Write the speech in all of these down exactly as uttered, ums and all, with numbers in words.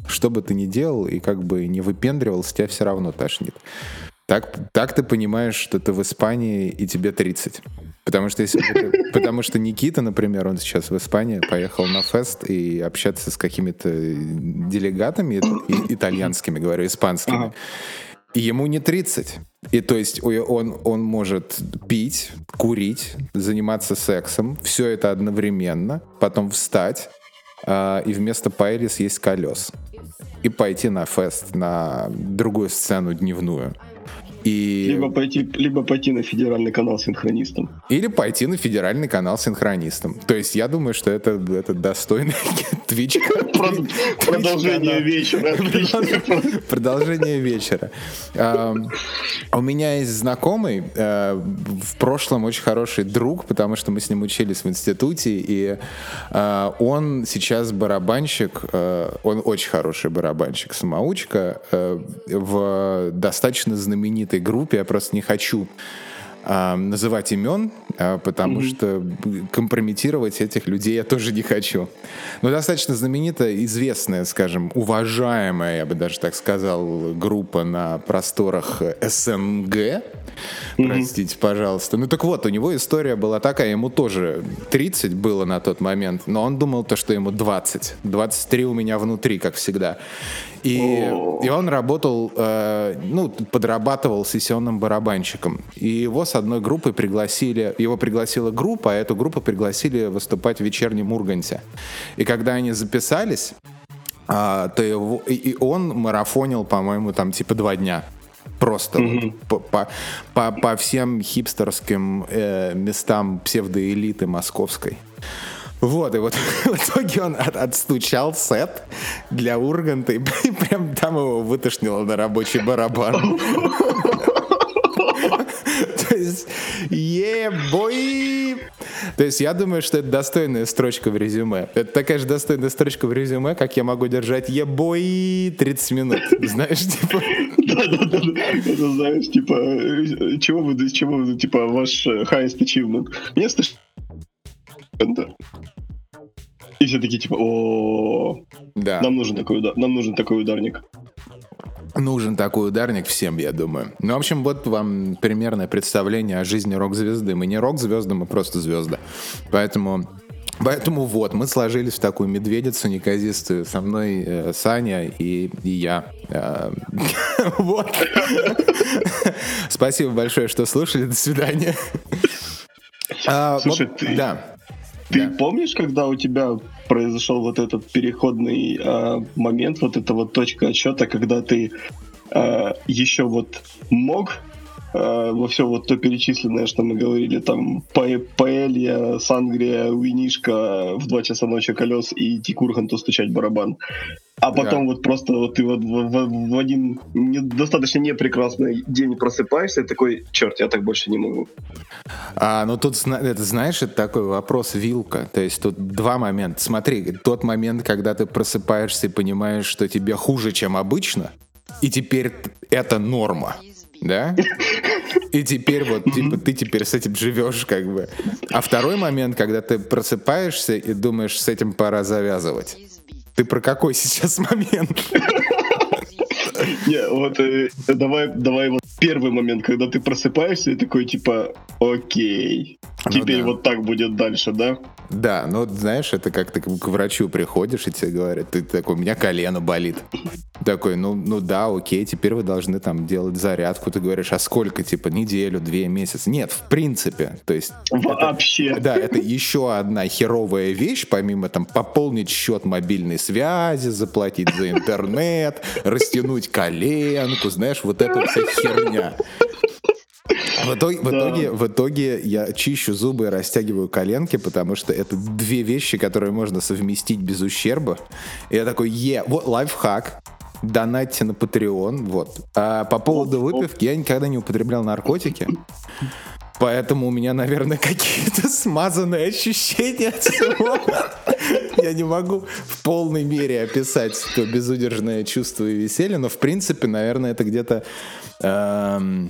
что бы ты ни делал и как бы не выпендривался, тебя все равно тошнит. Так, так ты понимаешь, что ты в Испании и тебе тридцать. Потому что, если ты, потому что Никита, например, он сейчас в Испании, поехал на фест и общаться с какими-то делегатами и, итальянскими, говорю, испанскими. Ага. И ему не тридцать. И то есть он, он может пить, курить, заниматься сексом, все это одновременно, потом встать э, и вместо паэли съесть колес. И пойти на фест, на другую сцену дневную. И... Либо, пойти, либо пойти на федеральный канал синхронистам. Или пойти на федеральный канал синхронистам. То есть я думаю, что это, это достойный твич. Продолжение вечера. Продолжение вечера. У меня есть знакомый, в прошлом очень хороший друг, потому что мы с ним учились в институте, и он сейчас барабанщик, он очень хороший барабанщик, самоучка, в достаточно знаменитой группе, я просто не хочу а, называть имен, а, потому mm-hmm. что компрометировать этих людей я тоже не хочу. Но достаточно знаменитая, известная, скажем, уважаемая, я бы даже так сказал, группа на просторах СНГ. Mm-hmm. Простите, пожалуйста. Ну так вот, у него история была такая, ему тоже тридцать было на тот момент, но он думал, то, что ему двадцать. двадцать три у меня внутри, как всегда. И, и он работал, э, ну, подрабатывал сессионным барабанщиком. И его с одной группой пригласили, его пригласила группа, а эту группу пригласили выступать в вечернем Урганте. И когда они записались, э, то его, и, и он марафонил, по-моему, там типа два дня. Просто mm-hmm. вот, по, по, по всем хипстерским э, местам псевдоэлиты московской. Вот, и вот в итоге он от, отстучал сет для Урганта, и, и прям там его вытошнило на рабочий барабан. То есть, е-бой! То есть я думаю, что это достойная строчка в резюме. Это такая же достойная строчка в резюме, как я могу держать е-бой тридцать минут. Знаешь, типа... Да-да-да. Это, знаешь, типа, чего вы, чего вы, типа, ваш highest achievement? Мне слышно... И все такие типа, о, да. нам нужен такой удар, нам нужен такой ударник. Нужен такой ударник всем, я думаю. Ну, в общем, вот вам примерное представление о жизни рок-звезды. Мы не рок-звезды, мы просто звезды. Поэтому, поэтому вот, мы сложились в такую медведицу неказистую. Со мной э, Саня и, и я. Э, вот. Спасибо большое, что слушали. До свидания. Слушай, ты... Да. Ты да. помнишь, когда у тебя произошел вот этот переходный э, момент, вот эта вот точка отсчета, когда ты э, еще вот мог э, во все вот то перечисленное, что мы говорили, там па- паэлья, сангрия, винишка, в два часа ночи колес и идти к Урганту стучать барабан. А потом да. вот просто вот ты вот в, в, в один не, достаточно непрекрасный день просыпаешься и такой, черт, я так больше не могу. А, ну тут, это, знаешь, это такой вопрос вилка. То есть тут два момента. Смотри, тот момент, когда ты просыпаешься и понимаешь, что тебе хуже, чем обычно, и теперь это норма, да? И теперь вот, типа, ты теперь с этим живешь, как бы. А второй момент, когда ты просыпаешься и думаешь, с этим пора завязывать. Ты про какой сейчас момент? Не, вот э, давай, давай вот первый момент, когда ты просыпаешься и такой типа, окей, ну теперь да. вот так будет дальше, да? Да, ну знаешь, это как ты к врачу приходишь и тебе говорят, ты такой, у меня колено болит. Такой, ну, ну да, окей, теперь вы должны там делать зарядку. Ты говоришь, а сколько, типа, неделю, две, месяц? Нет, в принципе. То есть вообще. Это, да, это еще одна херовая вещь, помимо там пополнить счет мобильной связи, заплатить за интернет, растянуть коленку, знаешь, вот эта вся херня. В итоге, да. в, итоге, в итоге я чищу зубы и растягиваю коленки, потому что это две вещи, которые можно совместить без ущерба. И я такой, е, вот лайфхак. Донатьте на Patreon, вот. А по поводу выпивки, я никогда не употреблял наркотики, поэтому у меня, наверное, какие-то смазанные ощущения от всего. Я не могу в полной мере описать то безудержное чувство и веселье, но, в принципе, наверное, это где-то эм,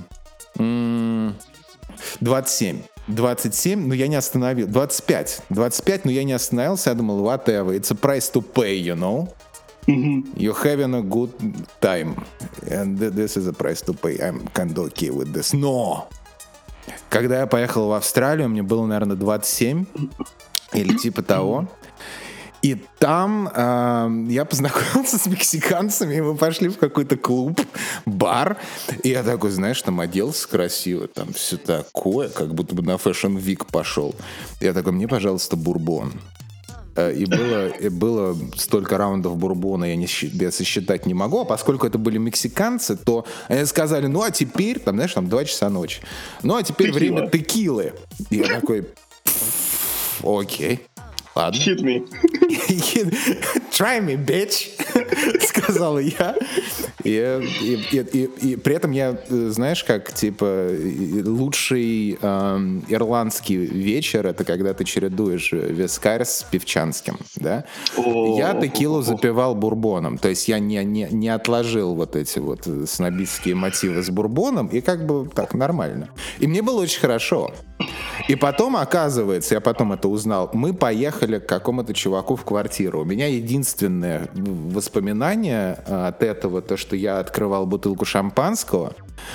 двадцать семь. двадцать семь, но я не остановил. двадцать пять. двадцать пять, но я не остановился. Я думал, whatever, it's a price to pay, you know? Mm-hmm. You're having a good time. And this is a price to pay. I'm kind of okay with this. Но! Когда я поехал в Австралию, мне было, наверное, двадцать семь или типа того. И там э, я познакомился с мексиканцами, и мы пошли в какой-то клуб, бар. И я такой, знаешь, там оделся красиво, там все такое, как будто бы на Fashion Week пошел. Я такой, мне, пожалуйста, бурбон. И было, и было столько раундов бурбона, я, не, я сосчитать не могу. А поскольку это были мексиканцы, то они сказали, ну а теперь, там, знаешь, там два часа ночи. Ну а теперь Текила. Время текилы. И я такой, окей. Ладно. Hit me. Try me, bitch, сказал я. И, и, и, и, и при этом я, знаешь, как, типа, лучший э, ирландский вечер — это когда ты чередуешь вискарь с пивчанским, да? Oh. Я текилу запивал бурбоном, то есть я не, не, не отложил вот эти вот снобистские мотивы с бурбоном, и как бы так нормально. И мне было очень хорошо. И потом, оказывается, я потом это узнал, мы поехали к какому-то чуваку в квартиру. У меня единственное воспоминание от этого, то, что я открывал бутылку шампанского.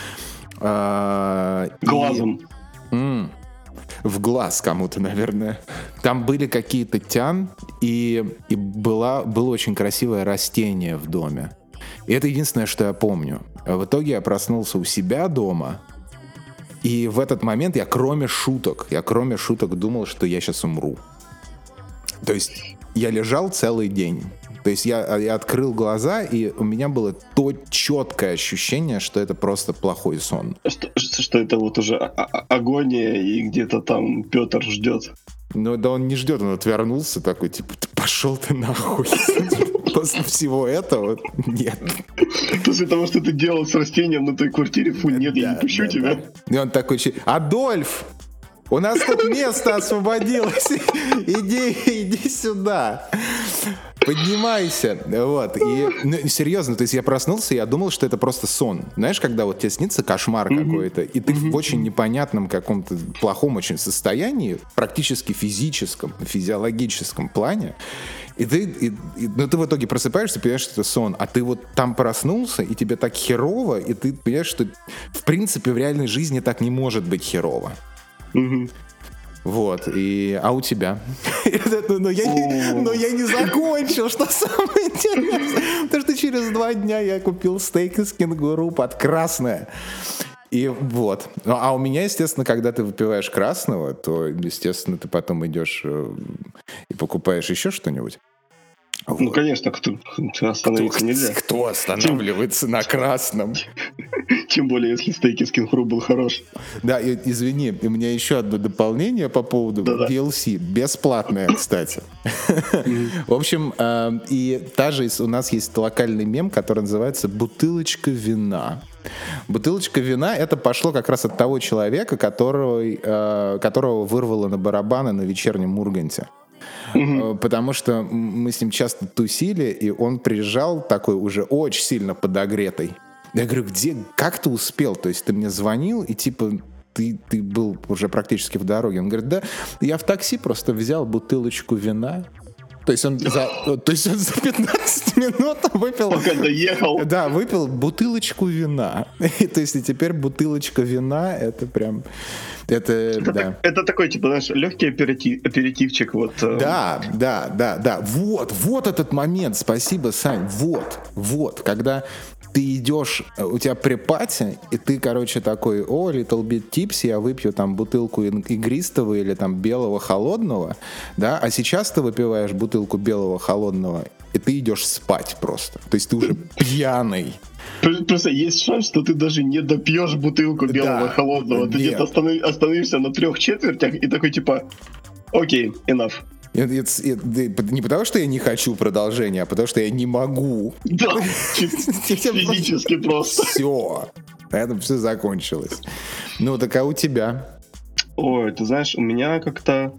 Э, Глазом. И, м, в глаз кому-то, наверное. Там были какие-то тян, и, и была, было очень красивое растение в доме. И это единственное, что я помню. В итоге я проснулся у себя дома. И в этот момент я, кроме шуток, я кроме шуток думал, что я сейчас умру. То есть я лежал целый день. То есть я, я открыл глаза, и у меня было то четкое ощущение, что это просто плохой сон. Что, что это вот уже агония, и где-то там Петр ждет. Ну да он не ждет, он отвернулся такой, типа, пошел ты нахуй. После всего этого нет. После того, что ты делал с растением на той квартире, фу, нет, я не пущу тебя. И он такой, Адольф, у нас тут место освободилось, иди, иди сюда. Поднимайся. Вот. И ну, серьезно, то есть я проснулся, и я думал, что это просто сон. Знаешь, когда вот тебе снится кошмар mm-hmm. какой-то, и ты mm-hmm. в очень непонятном каком-то плохом очень состоянии, практически физическом, физиологическом плане, и ты, и, и, ну, ты в итоге просыпаешься, понимаешь, что это сон, а ты вот там проснулся, и тебе так херово, и ты понимаешь, что в принципе в реальной жизни так не может быть херово. Mm-hmm. Вот, и... А у тебя? Но я, не, но я не закончил, что самое интересное. Потому что через два дня я купил стейк из кенгуру под красное. И вот. А у меня, естественно, когда ты выпиваешь красного, то, естественно, ты потом идешь и покупаешь еще что-нибудь. Вот. Ну, конечно, кто, остановиться кто, нельзя. Кто останавливается Тем... на красном? Тем более, если стейк из кенгуру был хорош. Да, и, извини, у меня еще одно дополнение по поводу Да-да. ди эл си. Бесплатное, кстати. В общем, и та же у нас есть локальный мем, который называется «Бутылочка вина». Бутылочка вина — это пошло как раз от того человека, которого, которого вырвало на барабаны на вечернем Урганте. Mm-hmm. Потому что мы с ним часто тусили, и он приезжал такой уже очень сильно подогретый. Я говорю, где, как ты успел? То есть ты мне звонил, и типа ты, ты был уже практически в дороге. Он говорит, да, я в такси просто взял бутылочку вина. То есть он за, то есть он за пятнадцать минут выпил... Пока доехал. Да, выпил бутылочку вина. И, то есть и теперь бутылочка вина — это прям... Это, это, да. так, это такой, типа, знаешь, легкий аперитив, аперитивчик. Вот. Да, да, да, да. Вот, вот этот момент. Спасибо, Сань. Вот, вот. Когда ты идешь, у тебя припати, и ты, короче, такой, о, little bit tipsy, я выпью там бутылку игристого или там белого холодного, да, а сейчас ты выпиваешь бутылку белого холодного, и ты идешь спать просто. То есть ты уже пьяный. Просто есть шанс, что ты даже не допьешь бутылку белого да, холодного. Ты нет. где-то останов... остановишься на трех четвертях и такой типа, окей, enough. Это, это, это, не потому, что я не хочу продолжения, а потому, что я не могу. Да, физически просто. Все. На этом все закончилось. Ну, так а у тебя? Ой, ты знаешь, у меня как-то...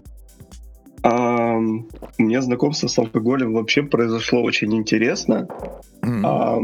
А, у меня знакомство с алкоголем вообще произошло очень интересно. Mm-hmm. А,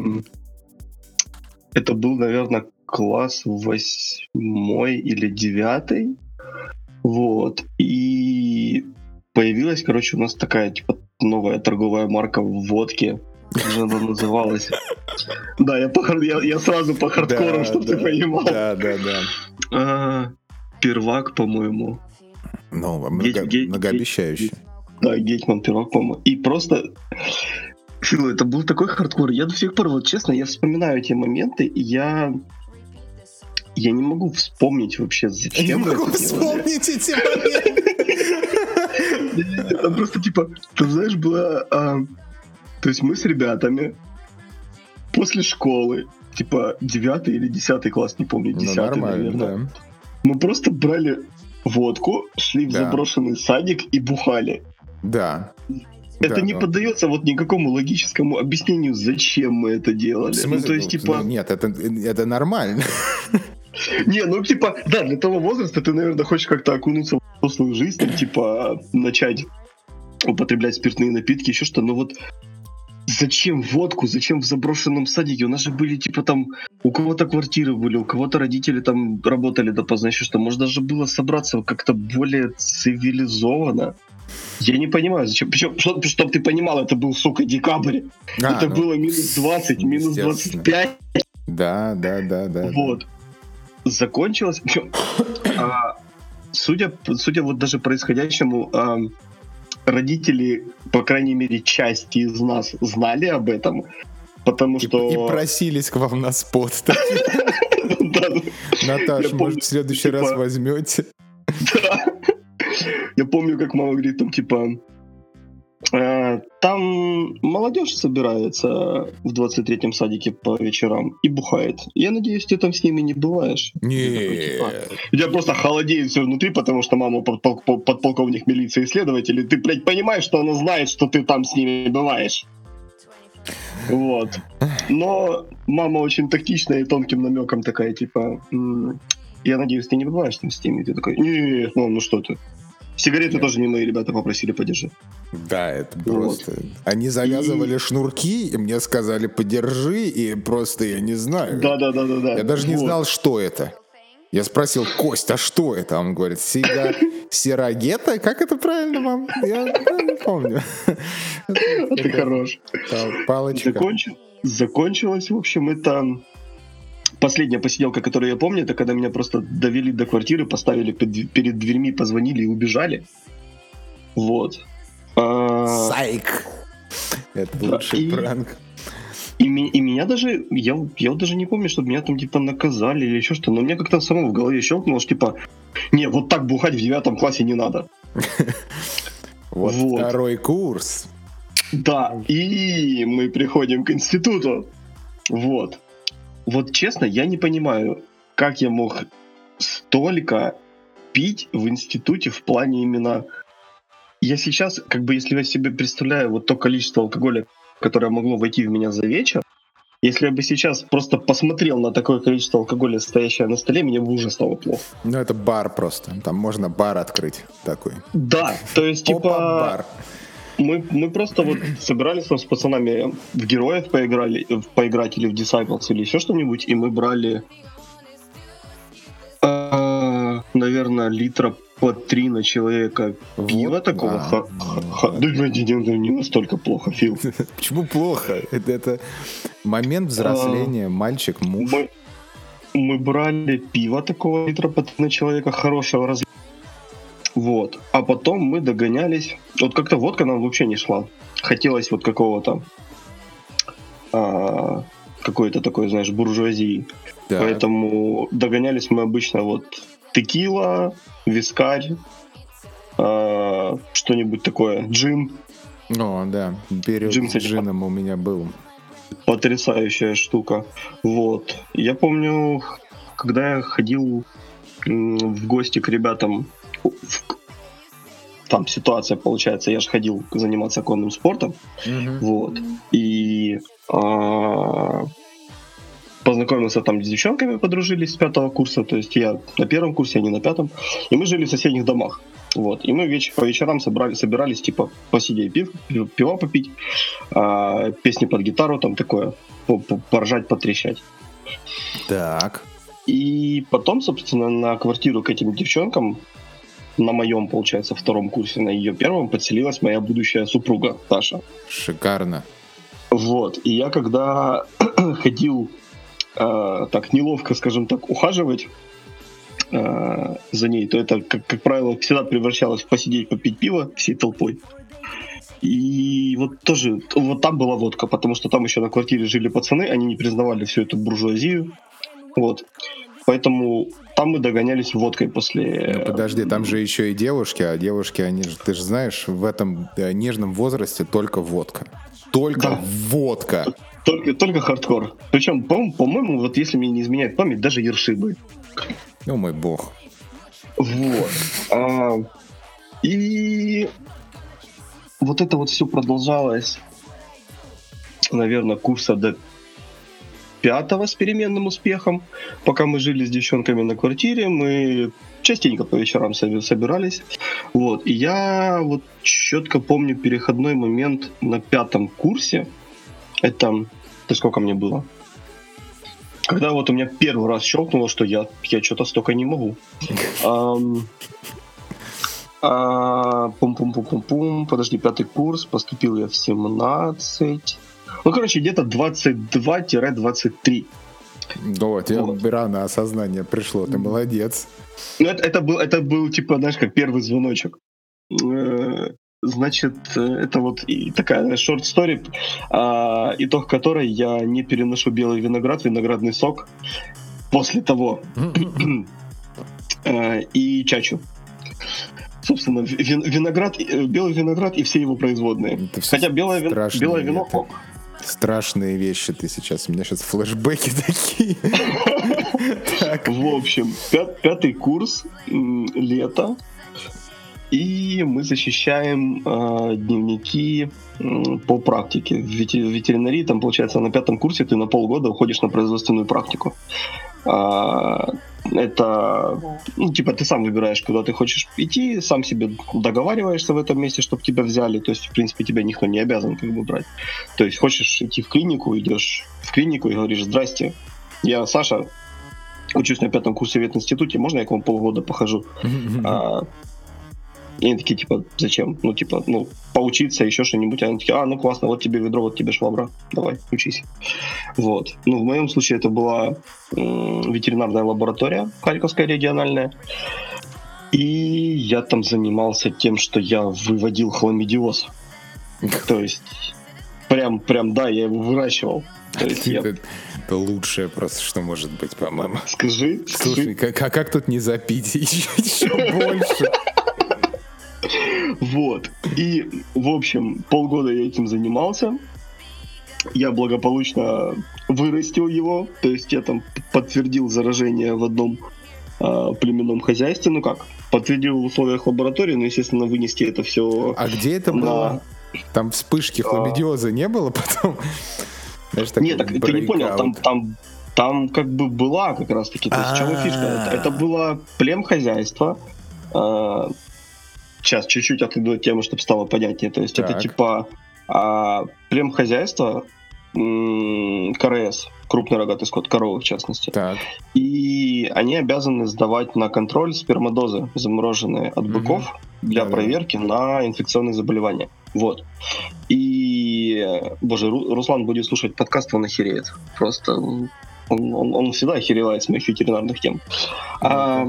это был, наверное, класс восьмой или девятый. Вот. И... появилась, короче, у нас такая, типа, новая торговая марка в водке. Как же она называлась? Да, я, по, я, я сразу по хардкору, чтобы ты понимал. Да, да, да. А, Первак, по-моему. Ну, много, Геть, многообещающий. Геть, да, Гетман, Первак, по-моему. И просто... Фил, это был такой хардкор. Я до сих пор, вот честно, я вспоминаю эти моменты, и я... Я не могу вспомнить вообще, зачем я не мы могу это вспомнить делали. Эти моменты. Там просто, типа, ты знаешь, была... То есть мы с ребятами после школы, типа, девятый или десятый класс, не помню, десятый, наверное. Да. Мы просто брали водку, шли в да. заброшенный садик и бухали. Да. Это да, не но... поддается вот никакому логическому объяснению, зачем мы это делали. В смысле? Ну, то есть, ну, типа... ну, нет, это, это нормально. Не, ну, типа, да, для того возраста ты, наверное, хочешь как-то окунуться в взрослую жизнь, там, типа, начать употреблять спиртные напитки, еще что, но вот зачем водку, зачем в заброшенном садике? У нас же были, типа, там, у кого-то квартиры были, у кого-то родители там работали допоздна, еще что, может, даже было собраться как-то более цивилизованно. Я не понимаю, зачем. Причем, чтобы чтоб ты понимал, это был, сука, декабрь. А, это ну, было минус двадцать, минус двадцать пять. Да, да, да, да. Вот. Да. Закончилось. а, судя, судя вот даже происходящему, а, родители, по крайней мере, части из нас знали об этом, потому и, что... И просились к вам на спот. Наташ, может, в следующий раз возьмете? Да. Я помню, как мама говорит, там, типа, э, там молодежь собирается в двадцать третьем садике по вечерам и бухает. Я надеюсь, ты там с ними не бываешь. Нет. У тебя просто холодеет все внутри, потому что мама подпол- подполковник милиции и следователь, и ты, блядь, понимаешь, что она знает, что ты там с ними бываешь. Вот. Но мама очень тактичная и тонким намеком такая, типа, м- я надеюсь, ты не бываешь там с ними. И ты такой, нет, мам, ну что ты. Сигареты Нет. тоже не мои ребята попросили, подержи. Да, это просто... Вот. Они завязывали и... шнурки, и мне сказали, подержи, и просто я не знаю. Да-да-да-да. Я даже вот. не знал, что это. Я спросил, Кость, а что это? Он говорит, Сига... Сирогета? Как это правильно, мам? Я не помню. Ты хорош. Палочка. Закончилось, в общем, это... Последняя посиделка, которую я помню, это когда меня просто довели до квартиры, поставили перед дверьми, позвонили и убежали. Вот. Сайк! Это лучший и, пранк. И, и меня даже, я, я даже не помню, чтобы меня там типа наказали или еще что, но мне как-то самому в голове щелкнуло, что типа, не, вот так бухать в девятом классе не надо. Вот второй курс. Да, и мы приходим к институту. Вот. Вот честно, я не понимаю, как я мог столько пить в институте в плане именно... Я сейчас, как бы, если я себе представляю вот то количество алкоголя, которое могло войти в меня за вечер, если я бы сейчас просто посмотрел на такое количество алкоголя, стоящее на столе, мне бы уже стало плохо. Ну, это бар просто. Там можно бар открыть такой. Да, то есть, типа... Опа-бар. Мы, мы просто вот собирались там с пацанами в героев поиграли, поиграть или в Disciples или еще что-нибудь, и мы брали, э, наверное, литра по три на человека пива вот, такого. Да, ха- ха- ха- да, не настолько плохо, Фил. Почему плохо? Это, это момент взросления, а, мальчик, муж. Мы, мы брали пиво такого литра по три на человека хорошего размера. Вот. А потом мы догонялись. Вот как-то водка нам вообще не шла. Хотелось вот какого-то а, какой-то такой, знаешь, буржуазии. Да. Поэтому догонялись мы обычно вот текила, вискарь, а, что-нибудь такое, джин. О, да, период джин, с джином у меня был. Потрясающая штука. Вот. Я помню, когда я ходил в гости к ребятам, там ситуация получается, я же ходил заниматься конным спортом, mm-hmm. вот, и а, познакомился там с девчонками, подружились с пятого курса, то есть я на первом курсе, они на пятом, и мы жили в соседних домах, вот, и мы веч- по вечерам собрали, собирались, типа, посидеть, пив, пиво попить, а, песни под гитару, там такое, поржать, потрещать. Так. И потом, собственно, на квартиру к этим девчонкам, на моем, получается, втором курсе, на ее первом подселилась моя будущая супруга, Таша. Шикарно. Вот. И я когда ходил э, так неловко, скажем так, ухаживать э, за ней, то это, как, как правило, всегда превращалось в посидеть, попить пиво всей толпой. И вот тоже, вот там была водка, потому что там еще на квартире жили пацаны, они не признавали всю эту буржуазию. Вот. Поэтому там мы догонялись водкой после... Ну, подожди, там же еще и девушки, а девушки, они же, ты же знаешь, в этом нежном возрасте только водка. Только да. водка. Только, только хардкор. Причем, по- по-моему, вот если мне не изменяет память, даже ерши были. Ну, мой бог. Вот. А, и вот это вот все продолжалось, наверное, курса до пятого с переменным успехом. Пока мы жили с девчонками на квартире, мы частенько по вечерам собирались. Вот. И я вот четко помню переходной момент на пятом курсе. Это, это сколько мне было? Когда вот у меня первый раз щелкнуло, что я, я что-то столько не могу. Ам, а, пум-пум-пум-пум-пум. Подожди, пятый курс. Поступил я в семнадцать. Ну, короче, где-то двадцать два - двадцать три. Да, тебе вот. Рано осознание пришло, ты молодец. Ну, это, это, был, это был, типа, знаешь, как первый звоночек. Значит, это вот и такая short story, а, итог которой я не переношу белый виноград, виноградный сок после того а, и чачу. Собственно, вин, виноград, белый виноград и все его производные. Хотя белое, вин, белое вино ок. Страшные вещи ты сейчас. У меня сейчас флешбеки такие. В общем, пятый курс, лето. И мы защищаем э, дневники э, по практике. В ветеринарии, там, получается, на пятом курсе ты на полгода уходишь на производственную практику. А, это, ну, типа, ты сам выбираешь, куда ты хочешь идти, сам себе договариваешься в этом месте, чтобы тебя взяли. То есть, в принципе, тебя никто не обязан как бы брать. То есть, хочешь идти в клинику, идешь в клинику и говоришь: здрасте, я Саша, учусь на пятом курсе в ветинституте, можно я к вам полгода похожу? А, И они такие, типа, зачем? Ну, типа, ну, поучиться, еще что-нибудь. Они такие: а, ну классно, вот тебе ведро, вот тебе швабра, давай, учись. Вот. Ну, в моем случае это была м- ветеринарная лаборатория, Харьковская региональная. И я там занимался тем, что я выводил хламидиоз. То есть, прям, прям, да, я его выращивал. То есть я... это, это лучшее просто, что может быть, по-моему. Скажи, скажи. Слушай, как, а как тут не запить еще, еще больше? Вот. И, в общем, полгода я этим занимался. Я благополучно вырастил его. То есть я там подтвердил заражение в одном э, племенном хозяйстве. Ну как? Подтвердил в условиях лаборатории, но, естественно, вынести это все... А где это на... было? Там вспышки хламидиоза а... не было потом? Знаешь, нет, так ты не понял. Там, там, там как бы была как раз-таки. То есть в чем фишка? Это, это было племхозяйство. Э, Сейчас чуть-чуть отойду от темы, чтобы стало понятнее. То есть так. Это типа а, племхозяйство, м- КРС, крупный рогатый скот, коровы в частности. Так. И они обязаны сдавать на контроль спермодозы, замороженные от быков, угу. для да, проверки да. на инфекционные заболевания. Вот. И, боже, Руслан будет слушать подкаст, он охереет. Просто он, он, он всегда охеревает с моих ветеринарных тем. А,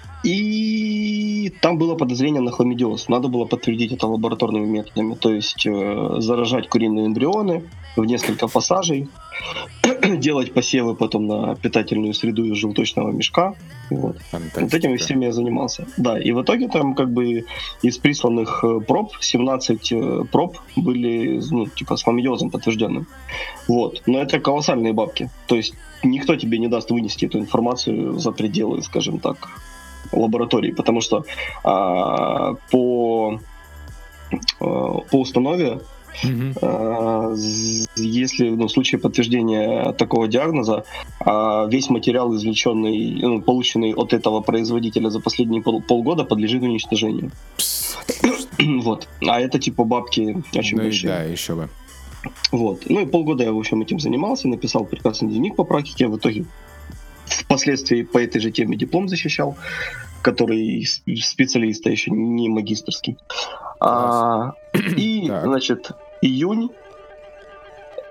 И там было подозрение на хламидиоз. Надо было подтвердить это лабораторными методами. То есть э, заражать куриные эмбрионы в несколько пассажей, делать посевы потом на питательную среду из желточного мешка. Вот. Вот этим всем я занимался. Да, и в итоге там как бы из присланных проб семнадцать проб были, ну, типа с хламидиозом подтвержденным. Вот. Но это колоссальные бабки. То есть никто тебе не даст вынести эту информацию за пределы, скажем так, лаборатории, потому что а, по, а, по установе, mm-hmm. а, если ну, в случае подтверждения такого диагноза, а, весь материал, извлеченный, ну, полученный от этого производителя за последние пол, полгода, подлежит уничтожению. Вот. А это типа бабки очень ну большие. Да, еще бы. Вот. Ну и полгода я, в общем, этим занимался, написал прекрасный дневник по практике, в итоге впоследствии по этой же теме диплом защищал, который специалиста еще не магистерский. А, и, значит, июнь,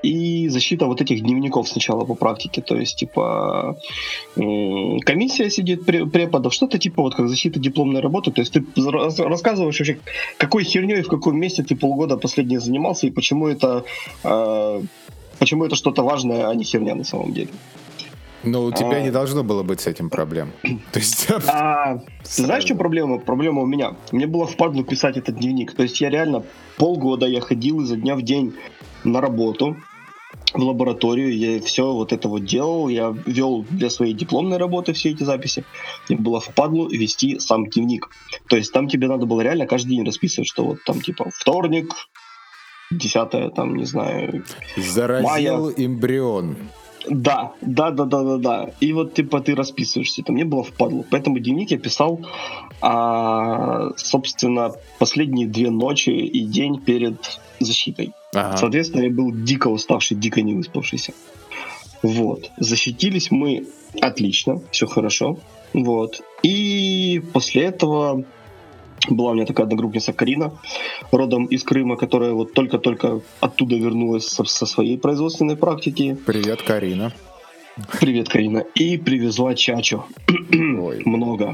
и защита вот этих дневников сначала по практике. То есть, типа, комиссия сидит преподов, что-то типа вот как защита дипломной работы. То есть ты рассказываешь вообще, какой херней в каком месте ты полгода последнее занимался и почему это, почему это что-то важное, а не херня на самом деле. Но у тебя а... не должно было быть с этим проблем. То есть... а, знаешь, что проблема? Проблема у меня. Мне было впадлу писать этот дневник. То есть я реально полгода я ходил изо дня в день на работу, в лабораторию, я все вот это вот делал, я вел для своей дипломной работы все эти записи. Мне было впадлу вести сам дневник. То есть там тебе надо было реально каждый день расписывать, что вот там типа вторник, десятое, там, не знаю, заразил мая. Эмбрион. Да, да, да, да, да, да. И вот типа ты расписываешься. Это мне было впадлу. Поэтому дневник я писал, а, собственно, последние две ночи и день перед защитой. Ага. Соответственно, я был дико уставший, дико не выспавшийся. Вот. Защитились мы отлично, все хорошо. Вот. И после этого была у меня такая одногруппница Карина, родом из Крыма, которая вот только-только оттуда вернулась со, со своей производственной практики. Привет, Карина. Привет, Карина. И привезла чачу. Ой. Много.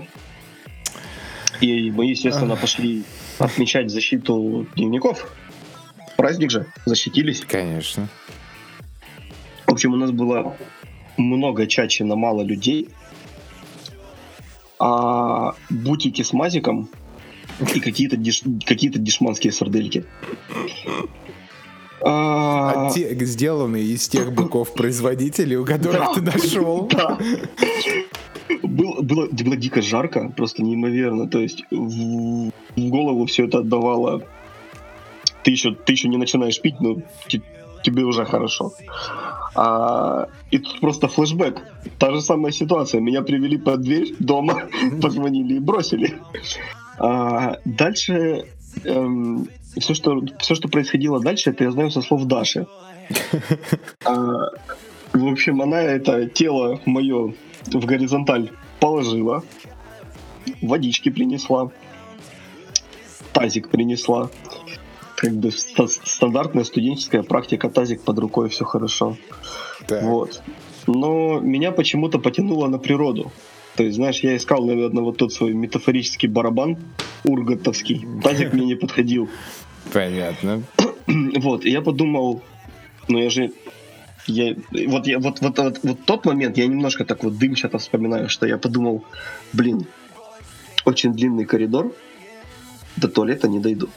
И мы, естественно, пошли отмечать защиту дневников. Праздник же, защитились. Конечно. В общем, у нас было много чачи на мало людей. А бутики с мазиком и какие-то, деш... какие-то дешманские сардельки. А... Те, сделанные из тех быков-производителей, у которых ты нашел. Да. Было, было, было дико жарко, просто неимоверно. То есть в, в голову все это отдавало. Ты еще, ты еще не начинаешь пить, но т- тебе уже хорошо. А, и тут просто флешбэк. Та же самая ситуация. Меня привели под дверь дома, позвонили и бросили. А, дальше эм, все, что, все, что происходило дальше, это я знаю со слов Даши. А, в общем, она это тело мое в горизонталь положила, водички принесла, тазик принесла. Как бы стандартная студенческая практика, тазик под рукой, все хорошо. Так. Вот. Но меня почему-то потянуло на природу. То есть, знаешь, я искал, наверное, вот тот свой метафорический барабан ургатовский. Тазик мне не подходил. Понятно. Вот, и я подумал, ну я же... Я, вот, я, вот, вот, вот, вот тот момент я немножко так вот дымчато вспоминаю, что я подумал, блин, очень длинный коридор, до туалета не дойду.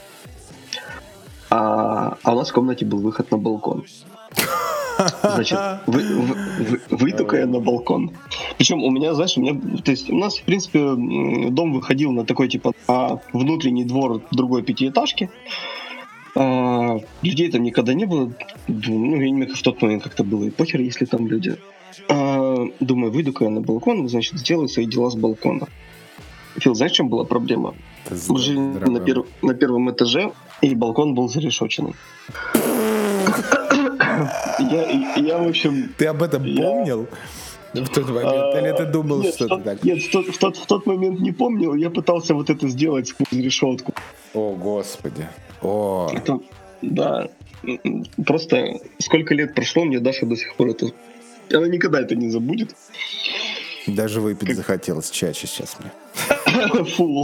А, а у нас в комнате был выход на балкон. Значит, вы, вы, вы, выйду-ка я на балкон. Причем у меня, знаешь, у меня, то есть у нас, в принципе, дом выходил на такой, типа, внутренний двор другой пятиэтажки. А, людей там никогда не было. Ну, я не знаю, в тот момент как-то было и похер, если там люди. А, думаю, выйду-ка я на балкон, значит, сделаю свои дела с балкона. Фил, знаешь, в чем была проблема? Мы жили на, пер... на первом этаже, и балкон был зарешоченный. я, я, в общем... Ты об этом я... помнил? В тот момент? А, Или ты думал, нет, что тот, ты так? Нет, в тот, в, тот, в тот момент не помнил. Я пытался вот это сделать сквозь решетку. О, Господи. О. Это, да. Просто сколько лет прошло, мне Даша до сих пор это... Она никогда это не забудет. Даже выпить как... захотелось чаще сейчас мне. Фу.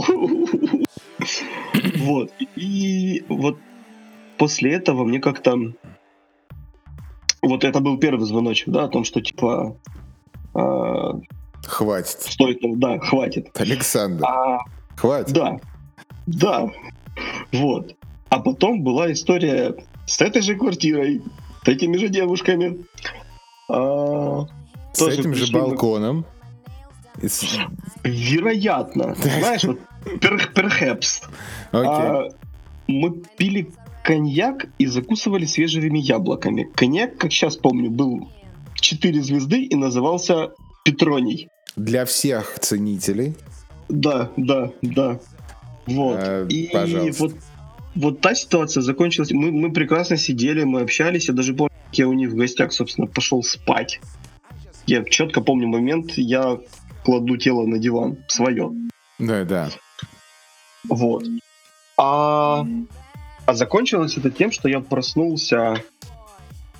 Вот. И вот после этого мне как-то... Вот это был первый звоночек, да, о том, что типа... Э... Хватит. Стоит, да, хватит. Александр, а... хватит. Да, да. Вот. А потом была история с этой же квартирой, с этими же девушками. А... С этим же балконом. Мы... Вероятно. Знаешь, вот perhaps. Okay. А, мы пили коньяк и закусывали свежими яблоками. Коньяк, как сейчас помню, был четыре звезды и назывался Петроний. Для всех ценителей. Да, да, да. Вот. А, и пожалуйста. Вот, вот та ситуация закончилась. Мы, мы прекрасно сидели, мы общались. Я даже помню, как я у них в гостях, собственно, пошел спать. Я четко помню момент, я кладу тело на диван свое. Да, да. Вот. А, а закончилось это тем, что я проснулся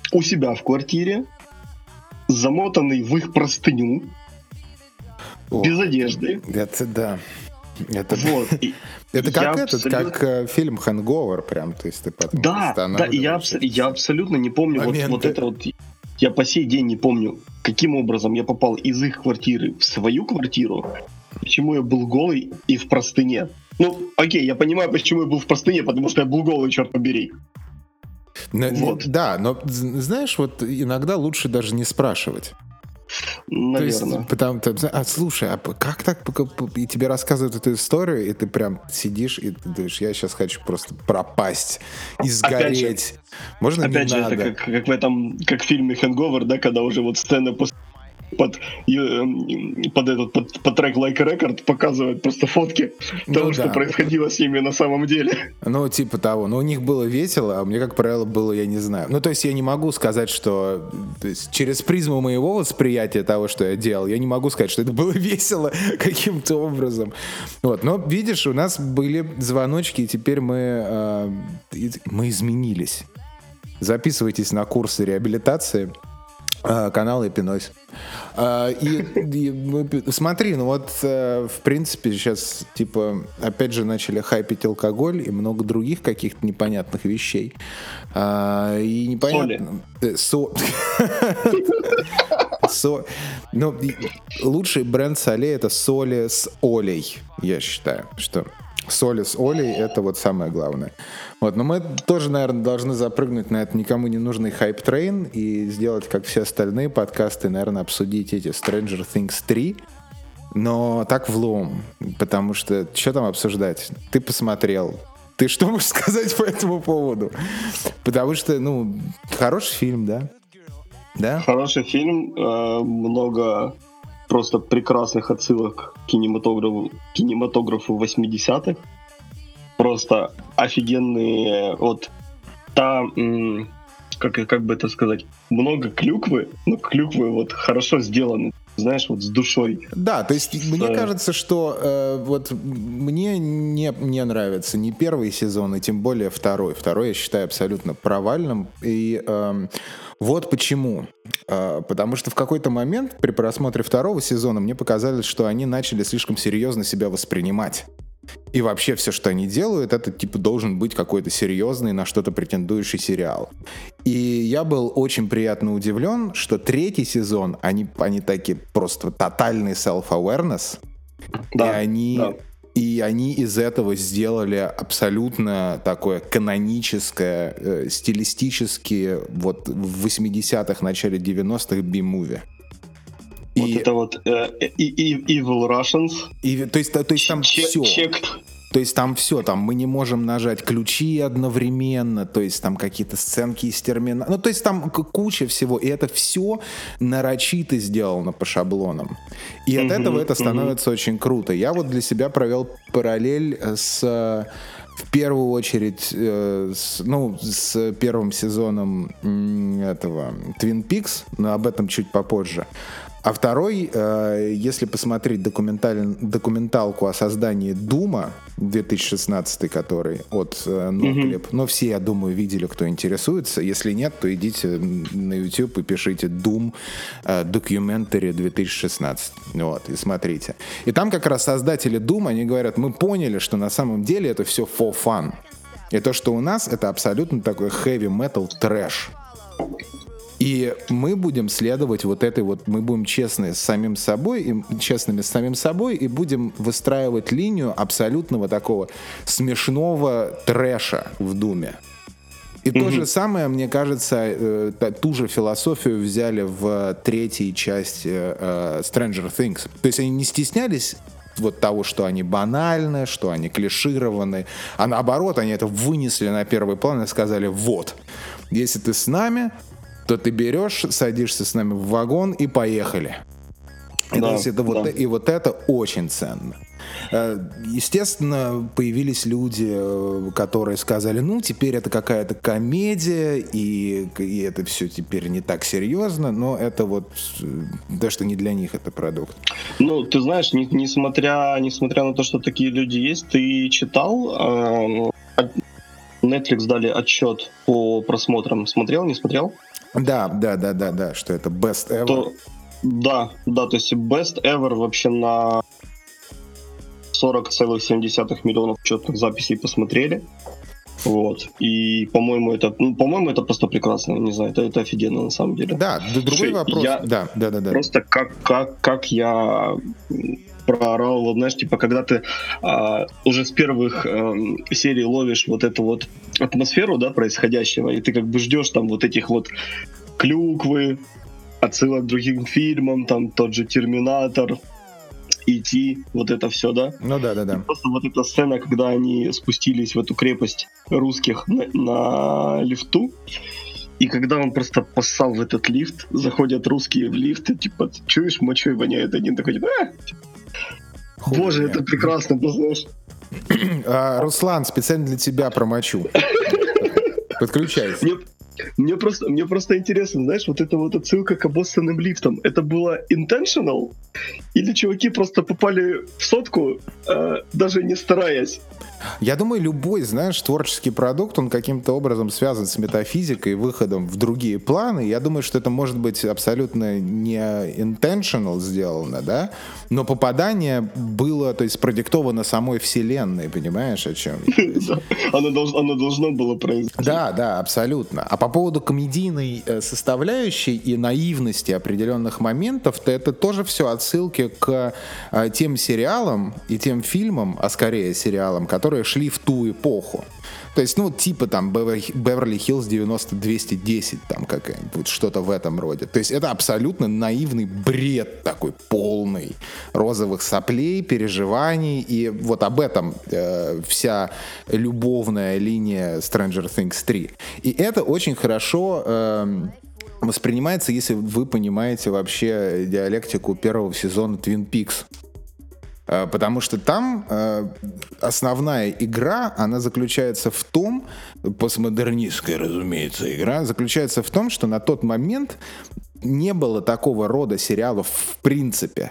у себя в квартире, замотанный в их простыню, О, без одежды. Это да. Это, вот. это как этот, абсолютно... как э, фильм «Хэнговер» прям, то есть ты потом да, да, и я, абс... я абсолютно не помню вот, вот это вот, я по сей день не помню, каким образом я попал из их квартиры в свою квартиру, почему я был голый и в простыне. Ну, окей, я понимаю, почему я был в простыне, потому что я был голый, черт побери. Но, вот. Да, но знаешь, вот иногда лучше даже не спрашивать. Наверное. То есть, потому, а, слушай, а как так? И тебе рассказывают эту историю, и ты прям сидишь и ты думаешь, я сейчас хочу просто пропасть и сгореть. Опять же, Можно опять не же надо? Это как, как в этом, как в фильме «Хэнговер», да, когда уже вот сцена после под, под этот под, под трек Like a Record показывают просто фотки ну, того, да. что происходило с ними на самом деле. Ну, типа того. Но у них было весело, а мне, как правило, было, я не знаю. Ну, то есть я не могу сказать, что то есть, через призму моего восприятия того, что я делал, я не могу сказать, что это было весело каким-то образом. Вот. Но, видишь, у нас были звоночки, и теперь мы, э, мы изменились. Записывайтесь на курсы реабилитации. Канал Эпинойс. И, и смотри, ну вот в принципе сейчас типа опять же начали хайпить алкоголь и много других каких-то непонятных вещей. И непонятно. Соли. Со... Ну, лучший бренд солей — это соли с олей, я считаю, что соли с олей — это вот самое главное. Вот, но мы тоже, наверное, должны запрыгнуть на этот никому не нужный хайп-трейн и сделать, как все остальные подкасты, наверное, обсудить эти Stranger Things три, но так влом, потому что что там обсуждать? Ты посмотрел. Ты что можешь сказать по этому поводу? Потому что, ну, хороший фильм, да? Да? Хороший фильм, э, много просто прекрасных отсылок к кинематографу, кинематографу восьмидесятых. Просто офигенные, вот та, м, как, как бы это сказать, много клюквы, но клюквы вот хорошо сделаны, знаешь, вот с душой. Да, то есть с... мне кажется, что э, вот мне не, не нравится ни первый сезон, и тем более второй. Второй я считаю абсолютно провальным, и э, вот почему. Э, потому что в какой-то момент при просмотре второго сезона мне показалось, что они начали слишком серьезно себя воспринимать. И вообще все, что они делают, это типа должен быть какой-то серьезный, на что-то претендующий сериал. И я был очень приятно удивлен, что третий сезон, они, они такие просто тотальный self-awareness. Да, и они... Да. И они из этого сделали абсолютно такое каноническое, э, стилистически вот в восьмидесятых, начале девяностых би-муви. Вот и, это вот э, и, и, Evil Russians. И, то есть, то, то есть там Чек, все. Checked. То есть там все, там мы не можем нажать ключи одновременно, то есть там какие-то сценки из терминала. Ну, то есть там куча всего, и это все нарочито сделано по шаблонам. И от mm-hmm, этого это становится mm-hmm. очень круто. Я вот для себя провел параллель с... В первую очередь, э, с, ну, с первым сезоном м, этого Twin Peaks, но об этом чуть попозже. А второй, э, если посмотреть документаль, документалку о создании Дума две тысячи шестнадцатый, который от э, Ноклеп, mm-hmm. но все, я думаю, видели, кто интересуется. Если нет, то идите на YouTube и пишите Doom э, Documentary две тысячи шестнадцать. Вот, и смотрите. И там как раз создатели Doom, они говорят, мы поняли, что на самом деле это все for fun. И то, что у нас, это абсолютно такой heavy metal трэш. И мы будем следовать вот этой вот, мы будем честны с самим собой, и, честными с самим собой, и будем выстраивать линию абсолютного такого смешного трэша в Думе. И mm-hmm. то же самое, мне кажется, э, ту же философию взяли в третьей части э, Stranger Things. То есть они не стеснялись вот того, что они банальны, что они клишированы, а наоборот, они это вынесли на первый план и сказали, вот, если ты с нами, то ты берешь, садишься с нами в вагон и поехали. И, да, это вот, да. и вот это очень ценно. Естественно, появились люди, которые сказали, ну, теперь это какая-то комедия, и, и это все теперь не так серьезно, но это вот, да, что не для них это продукт. Ну, ты знаешь, не, несмотря, несмотря на то, что такие люди есть, ты читал... Э, Netflix дали отчет по просмотрам. Смотрел, не смотрел? Да, да, да, да, да, что это best ever. То, да, да, то есть best ever вообще на сорок целых семь десятых миллионов учетных записей посмотрели. Вот. И, по-моему, это, ну, по-моему, это просто прекрасно. Не знаю, это, это офигенно на самом деле. Да, другой Слушай, вопрос. Я Да, да, да, да. Просто как, как, как я проорал, вот, знаешь, типа, когда ты а, уже с первых а, серий ловишь вот эту вот атмосферу, да, происходящего, и ты как бы ждешь там вот этих вот клюквы, отсылок к другим фильмам, там тот же «Терминатор», и ти, вот это все, да? Ну да, да, да. И просто вот эта сцена, когда они спустились в эту крепость русских на, на лифту, и когда он просто поссал в этот лифт, заходят русские в лифт, и типа, чуешь, мочой воняет, один такой, типа, а! Боже, это прекрасно, ты знаешь. А, Руслан, специально для тебя промочу. Подключайся. Мне, мне, просто, мне просто интересно, знаешь, вот эта вот отсылка к обоссанным лифтам, это было intentional? Или чуваки просто попали в сотку, э, даже не стараясь? Я думаю, любой, знаешь, творческий продукт, он каким-то образом связан с метафизикой, выходом в другие планы. Я думаю, что это может быть абсолютно не intentional сделано, да, но попадание было, то есть продиктовано самой вселенной, понимаешь, о чем я? Оно должно было произойти. Да, да, абсолютно. А по поводу комедийной составляющей и наивности определенных моментов, то это тоже все отсылки к тем сериалам и тем фильмам, а скорее сериалам, которые шли в ту эпоху. То есть, ну, типа там Беверли-Хиллз девяносто двести десять, там какая-нибудь, что-то в этом роде. То есть это абсолютно наивный бред такой полный розовых соплей, переживаний, и вот об этом э, вся любовная линия Stranger Things три. И это очень хорошо э, воспринимается, если вы понимаете вообще диалектику первого сезона Twin Peaks. Потому что там э, основная игра, она заключается в том, постмодернистская, разумеется, игра, заключается в том, что на тот момент не было такого рода сериалов в принципе.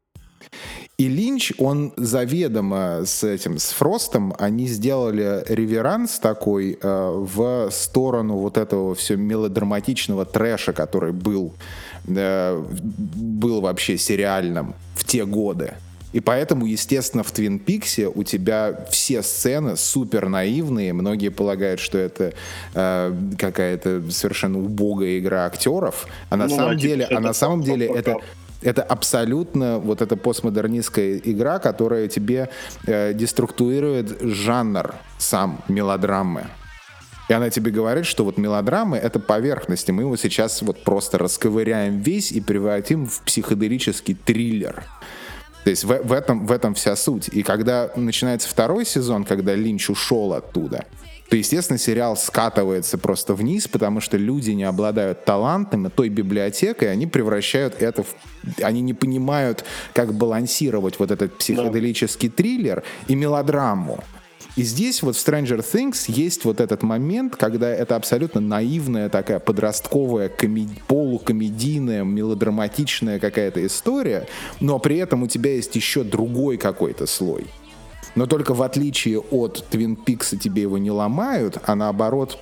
И Линч, он заведомо с этим, с Фростом, они сделали реверанс такой э, в сторону вот этого все мелодраматичного трэша, который был, э, был вообще сериальным в те годы. И поэтому, естественно, в Твин Пиксе у тебя все сцены супер наивные. Многие полагают, что это э, какая-то совершенно убогая игра актеров. А на ну, самом деле, а на самом деле это, это абсолютно вот эта постмодернистская игра, которая тебе э, деструктурирует жанр сам мелодрамы. И она тебе говорит, что вот мелодрамы — это поверхность, и мы его сейчас вот просто расковыряем весь и превратим в психоделический триллер. То есть в, в, этом, в этом вся суть. И когда начинается второй сезон, когда Линч ушел оттуда, то, естественно, сериал скатывается просто вниз, потому что люди не обладают талантами, той библиотекой, они превращают это в... Они не понимают, как балансировать вот этот психоделический триллер и мелодраму. И здесь вот в Stranger Things есть вот этот момент, когда это абсолютно наивная такая подростковая, комед... полукомедийная, мелодраматичная какая-то история, но при этом у тебя есть еще другой какой-то слой. Но только в отличие от Twin Peaks тебе его не ломают, а наоборот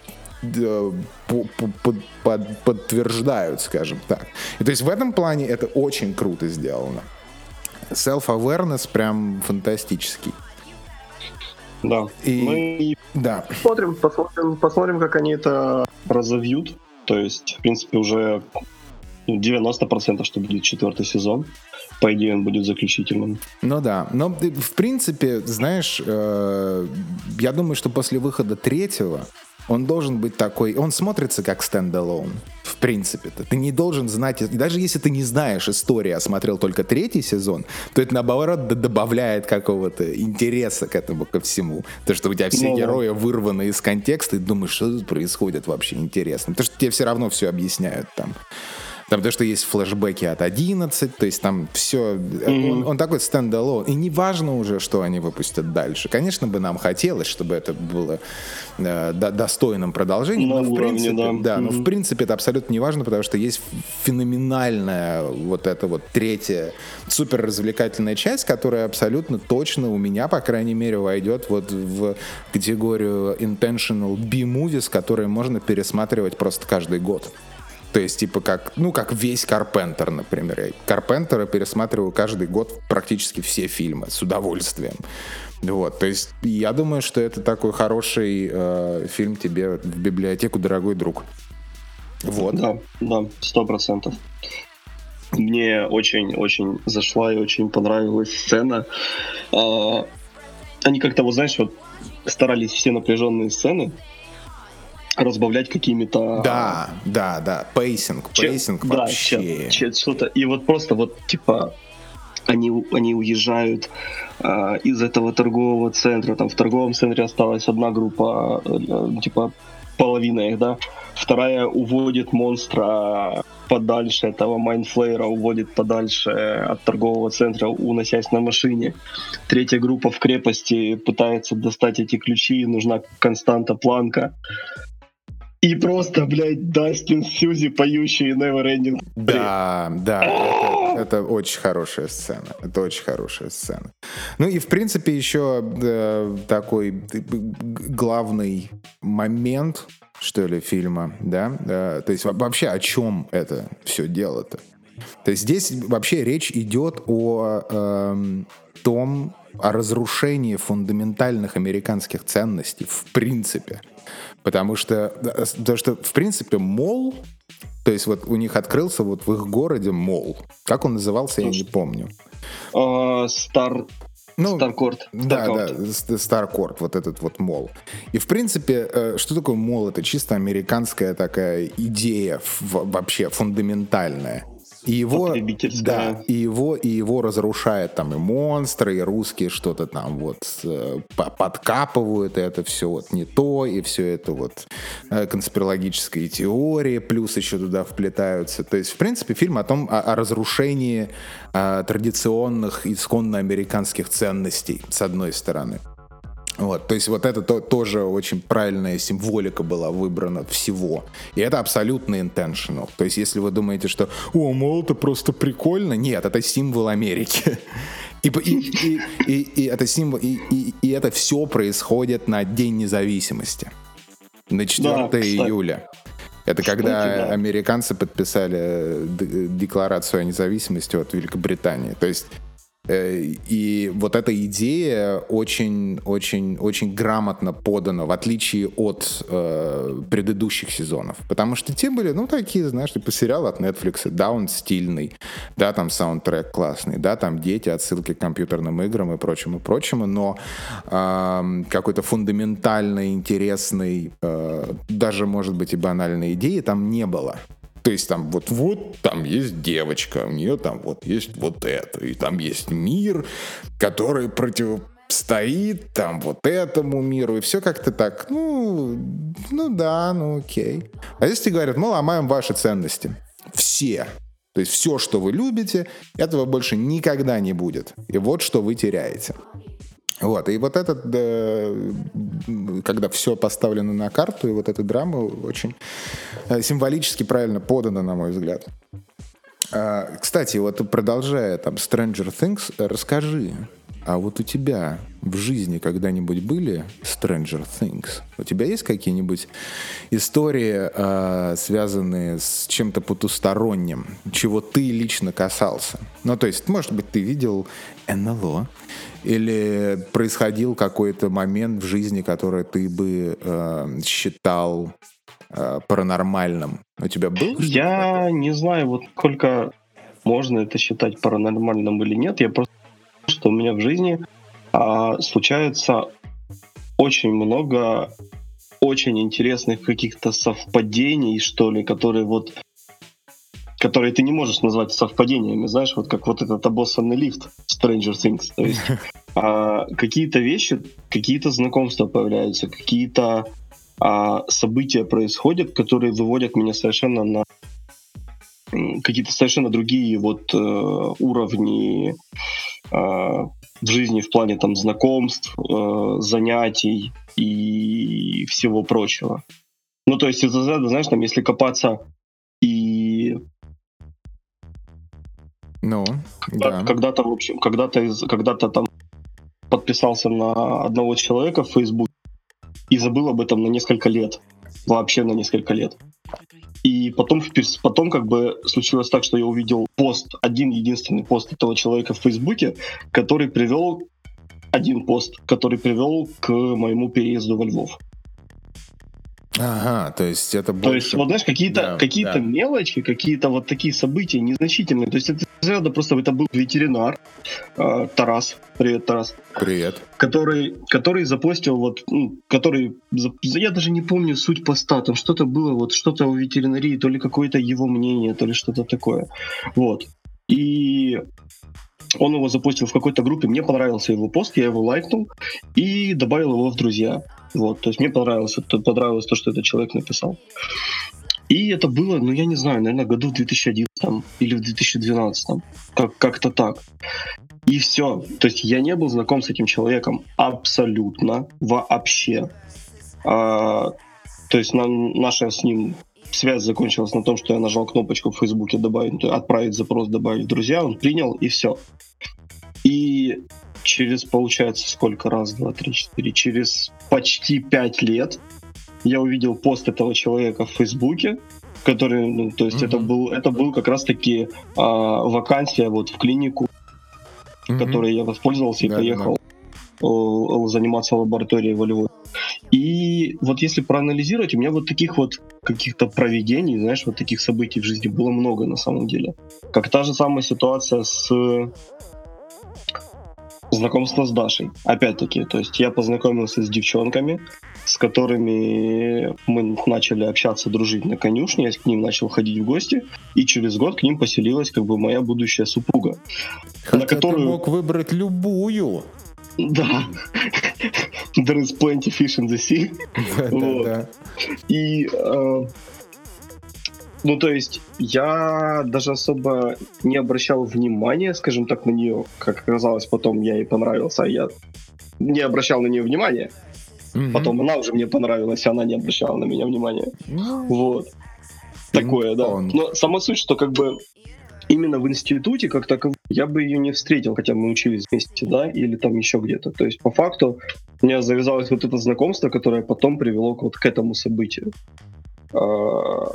подтверждают, скажем так. И то есть в этом плане это очень круто сделано. Self-awareness прям фантастический. Да. И... Мы да. Посмотрим, посмотрим, посмотрим, как они это разовьют. То есть, в принципе, уже девяносто процентов, что будет четвертый сезон. По идее, он будет заключительным. Ну да. Но, в принципе, знаешь, э, я думаю, что после выхода третьего он должен быть такой... Он смотрится как стендалон, в принципе-то. Ты не должен знать... Даже если ты не знаешь истории, а смотрел только третий сезон, то это, наоборот, добавляет какого-то интереса к этому, ко всему. То, что у тебя все ну, герои вырваны из контекста, и думаешь, что тут происходит вообще интересно. Потому что тебе все равно все объясняют там. Там то, что есть флешбеки от одиннадцать, то есть там все, mm-hmm. он, он такой стендалон. И не важно уже, что они выпустят дальше. Конечно бы нам хотелось, чтобы это было э, до, достойным продолжением, но, в уровне, принципе, да. Да, mm-hmm. но в принципе это абсолютно не важно, потому что есть феноменальная вот эта вот третья супер развлекательная часть, которая абсолютно точно у меня, по крайней мере, войдет вот в категорию intentional B-movies, которые можно пересматривать просто каждый год. То есть, типа, как, ну, как весь Карпентер, например. Я Карпентера пересматриваю каждый год практически все фильмы с удовольствием. Вот, то есть, я думаю, что это такой хороший э, фильм тебе в библиотеку, дорогой друг. Вот. Да, да, сто процентов. Мне очень-очень зашла и очень понравилась сцена. А, они как-то, вот знаешь, вот старались все напряженные сцены разбавлять какими-то... Да, да, да, пейсинг, пейсинг да, вообще. Че, что-то. И вот просто вот, типа, они, они уезжают а, из этого торгового центра, там в торговом центре осталась одна группа, а, типа, половина их, да, вторая уводит монстра подальше, этого Майндфлеера уводит подальше от торгового центра, уносясь на машине. Третья группа в крепости пытается достать эти ключи, нужна Константа Планка. И просто, блядь, Дастин Сьюзи, поющие Never Ending. Да, да, это, это очень хорошая сцена. Это очень хорошая сцена. Ну и, в принципе, еще э, такой главный момент, что ли, фильма, да, э, то есть вообще о чем это все дело-то? То есть здесь вообще речь идет о э, том, о разрушении фундаментальных американских ценностей в принципе. Потому что, потому что, в принципе, молл, то есть вот у них открылся вот в их городе молл. Как он назывался, я не помню. Стар... Ну, Старкорт. Да, да, Старкорт, вот этот вот молл. И, в принципе, что такое молл? Это чисто американская такая идея вообще фундаментальная. И его, да, и его, и его разрушает там и монстры, и русские что-то там вот подкапывают, и это все вот не то, и все это вот конспирологические теории, плюс еще туда вплетаются. То есть, в принципе, фильм о том, о, о разрушении о, традиционных, исконно американских ценностей, с одной стороны. Вот, то есть вот это то, тоже очень правильная символика была выбрана всего. И это абсолютно intentional. То есть если вы думаете, что «О, мол, это просто прикольно», нет, это символ Америки. И, и, и, и, и это символ, и, и, и это все происходит на День независимости. На четвёртого июля. Это когда Кстати, да. американцы подписали декларацию о независимости от Великобритании. То есть и вот эта идея очень-очень-очень грамотно подана, в отличие от э, предыдущих сезонов. Потому что те были, ну, такие, знаешь, типа сериал от Netflix, да, он стильный, да, там саундтрек классный, да, там дети, отсылки к компьютерным играм и прочему, прочему, но э, какой-то фундаментальной, интересной, э, даже, может быть, и банальной идеи там не было. То есть там вот, вот там есть девочка, у нее там вот есть вот это, и там есть мир, который противостоит там вот этому миру, и все как-то так, ну, ну да, ну окей. А здесь тебе говорят, мы ломаем ваши ценности. Все. То есть все, что вы любите, этого больше никогда не будет. И вот что вы теряете. Вот, и вот этот, да, когда все поставлено на карту, и вот эта драма очень символически правильно подана, на мой взгляд. А, кстати, вот продолжая там Stranger Things, расскажи, а вот у тебя в жизни когда-нибудь были Stranger Things? У тебя есть какие-нибудь истории, а, связанные с чем-то потусторонним, чего ты лично касался? Ну, то есть, может быть, ты видел эн эл о, или происходил какой-то момент в жизни, который ты бы э, считал э, паранормальным? У тебя был? Я такое? Не знаю, вот сколько можно это считать паранормальным или нет. Я просто что у меня в жизни а, случается очень много очень интересных каких-то совпадений, что ли, которые вот которые ты не можешь назвать совпадениями, знаешь, вот как вот этот обоссанный лифт Stranger Things. То есть а, какие-то вещи, какие-то знакомства появляются, какие-то а, события происходят, которые выводят меня совершенно на какие-то совершенно другие вот э, уровни э, в жизни в плане там знакомств, э, занятий и всего прочего. Ну, то есть, это, знаешь, там, если копаться и Ну, да. Когда-то, в общем, когда-то, из, когда-то там подписался на одного человека в Facebook и забыл об этом на несколько лет. Вообще на несколько лет. И потом, потом как бы случилось так, что я увидел пост, один единственный пост этого человека в Фейсбуке, который привел, один пост, который привел к моему переезду во Львов. Ага, то есть это больше... То есть, вот знаешь, какие-то, да, какие-то да. мелочи, какие-то вот такие события незначительные. То есть это просто это был ветеринар, э, Тарас, привет, Тарас. Привет. Который, который запостил, вот, ну, который, я даже не помню суть поста, там что-то было, вот что-то о ветеринарии, то ли какое-то его мнение, то ли что-то такое. Вот. И он его запустил в какой-то группе, мне понравился его пост, я его лайкнул и добавил его в друзья. Вот, то есть мне понравилось, понравилось то, что этот человек написал. И это было, ну я не знаю, наверное, году в две тысячи одиннадцатом или в две тысячи двенадцатом, как- как-то так. И все. То есть я не был знаком с этим человеком абсолютно, вообще. А, то есть нам, наша с ним связь закончилась на том, что я нажал кнопочку в Фейсбуке добавить, отправить запрос, добавить в друзья, он принял, и все. И через, получается, сколько? Раз, два, три, четыре. Через почти пять лет я увидел пост этого человека в Фейсбуке, который, ну, то есть mm-hmm. это был, это был как раз-таки а, вакансия вот в клинику, mm-hmm. в которой я воспользовался и да, поехал да. заниматься лабораторией во Львове. И вот если проанализировать, у меня вот таких вот каких-то проведений, знаешь, вот таких событий в жизни было много на самом деле. Как та же самая ситуация с знакомством с Дашей. Опять-таки, то есть я познакомился с девчонками, с которыми мы начали общаться, дружить на конюшне, я к ним начал ходить в гости, и через год к ним поселилась как бы моя будущая супруга. Хотя на которую... ты мог выбрать любую. Да. There is plenty fish in the sea. Да, вот. да, да. И, э, ну, то есть, я даже особо не обращал внимания, скажем так, на нее. Как оказалось, потом я ей понравился, а я не обращал на нее внимания. Mm-hmm. Потом она уже мне понравилась, а она не обращала на меня внимания. Mm-hmm. Вот. Такое, да. Но сама суть, что как бы именно в институте, как таковой, я бы ее не встретил, хотя мы учились вместе, да, или там еще где-то. То есть, по факту, у меня завязалось вот это знакомство, которое потом привело к, вот к этому событию. А,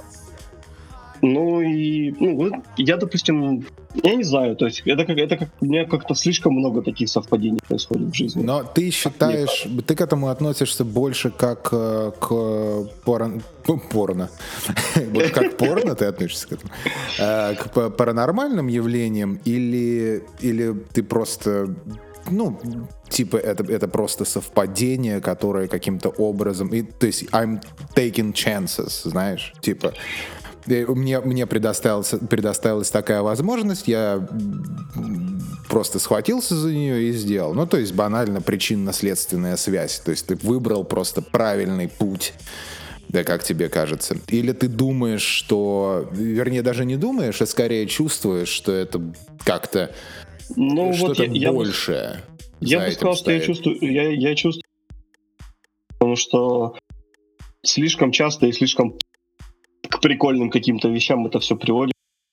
ну и, ну, вот я, допустим, я не знаю, то есть это как, это как, у меня как-то слишком много таких совпадений происходит в жизни. Но ты считаешь, Мне... ты к этому относишься больше как э, к порно, порно. Вот как порно ты относишься к этому? К паранормальным явлениям или, или ты просто, ну, типа это, это просто совпадение, которое каким-то образом, и, то есть I'm taking chances, знаешь, типа Мне, мне предоставилась, предоставилась такая возможность, я просто схватился за нее и сделал. Ну, то есть банально причинно-следственная связь. То есть ты выбрал просто правильный путь, да, как тебе кажется. Или ты думаешь, что... Вернее, даже не думаешь, а скорее чувствуешь, что это как-то ну, что-то вот я, большее. Я бы, я бы сказал, стоит. что я чувствую, я, я чувствую, потому что слишком часто и слишком к прикольным каким-то вещам это все приводит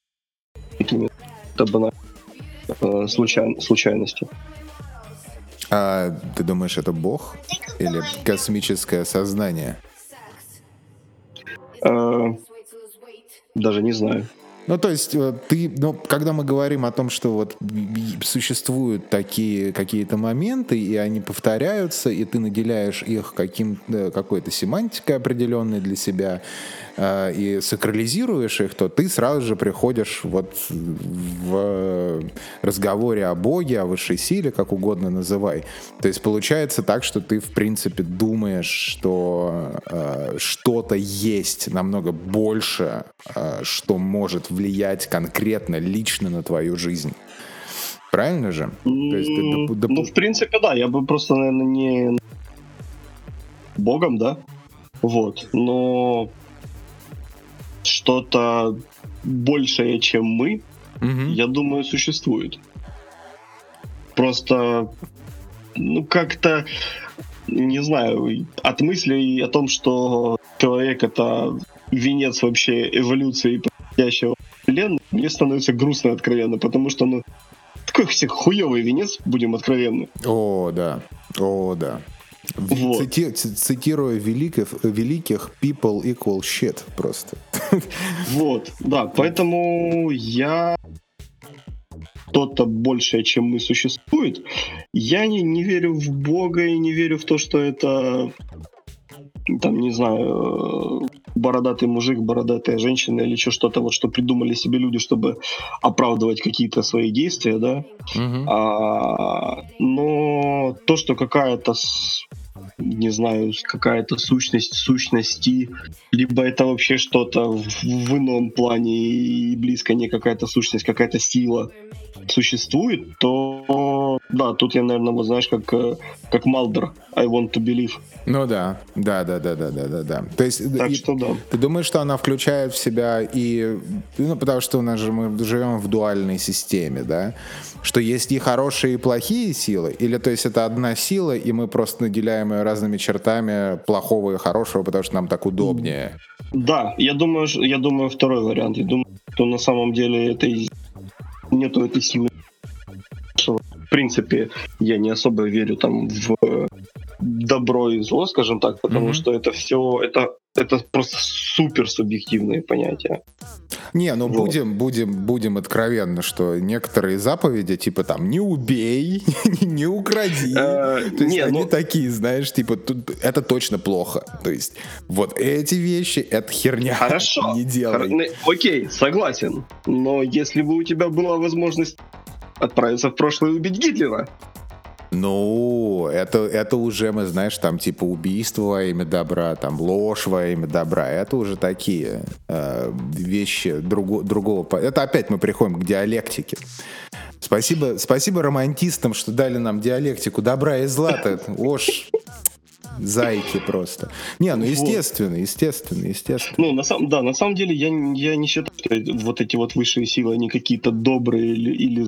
это банально случай, случайностью. А ты думаешь, это Бог или космическое сознание? А, даже не знаю. Ну, то есть, ты, ну, когда мы говорим о том, что вот существуют такие какие-то моменты, и они повторяются, и ты наделяешь их каким, какой-то семантикой определенной для себя, э, и сакрализируешь их, то ты сразу же приходишь вот в разговоре о Боге, о высшей силе, как угодно называй. То есть получается так, что ты, в принципе, думаешь, что э, что-то есть намного больше, э, что может влиять конкретно, лично на твою жизнь. Правильно же? То есть, ты, доп... Ну, в принципе, да. Я бы просто, наверное, не Богом, да? Вот. Но что-то большее, чем мы, угу. я думаю, существует. Просто, ну, как-то, не знаю, от мыслей о том, что человек — это венец вообще эволюции происходящего вселенной, мне становится грустно откровенно, потому что, ну, такой хуёвый венец, будем откровенны. О, да, о, да. Вот. Цити, цитируя великих, великих people equal shit просто. Вот, да, поэтому я что-то большее, чем мы, существует. Я не, не верю в Бога и не верю в то, что это, там, не знаю, бородатый мужик, бородатая женщина или еще что-то, вот что придумали себе люди, чтобы оправдывать какие-то свои действия, да. Угу. А, но то, что какая-то, не знаю, какая-то сущность сущности, либо это вообще что-то в, в ином плане и близко не какая-то сущность, какая-то сила существует, то да, тут я, наверное, вот знаешь, как, как Малдер, I want to believe. Ну да, да, да, да, да, да, да, да. То есть, так и, что да. Ты думаешь, что она включает в себя и, ну, потому что у нас же мы живем в дуальной системе, да, что есть и хорошие, и плохие силы, или то есть это одна сила, и мы просто наделяем ее разными чертами плохого и хорошего, потому что нам так удобнее. Да, я думаю, я думаю, второй вариант. Я думаю, что на самом деле это нету этой силы. В принципе, я не особо верю там в добро и зло, скажем так, потому mm-hmm. что это все, это, это просто супер субъективные понятия. Не, ну вот. будем, будем, будем откровенны, что некоторые заповеди, типа там, не убей, не укради, то есть они такие, знаешь, типа, это точно плохо. То есть вот эти вещи, это херня. Хорошо, не делай. Окей, согласен, но если бы у тебя была возможность отправиться в прошлое и убить Гитлера. Ну, это, это уже, мы, знаешь, там, типа, убийство во имя добра, там, ложь во имя добра, это уже такие э, вещи друго, другого... Это опять мы приходим к диалектике. Спасибо, спасибо романтистам, что дали нам диалектику добра и зла-то. Ложь... Зайки просто. Не, ну естественно, естественно, естественно. Ну, на самом, да, на самом деле я, я не считаю, что вот эти вот высшие силы, они какие-то добрые или... или...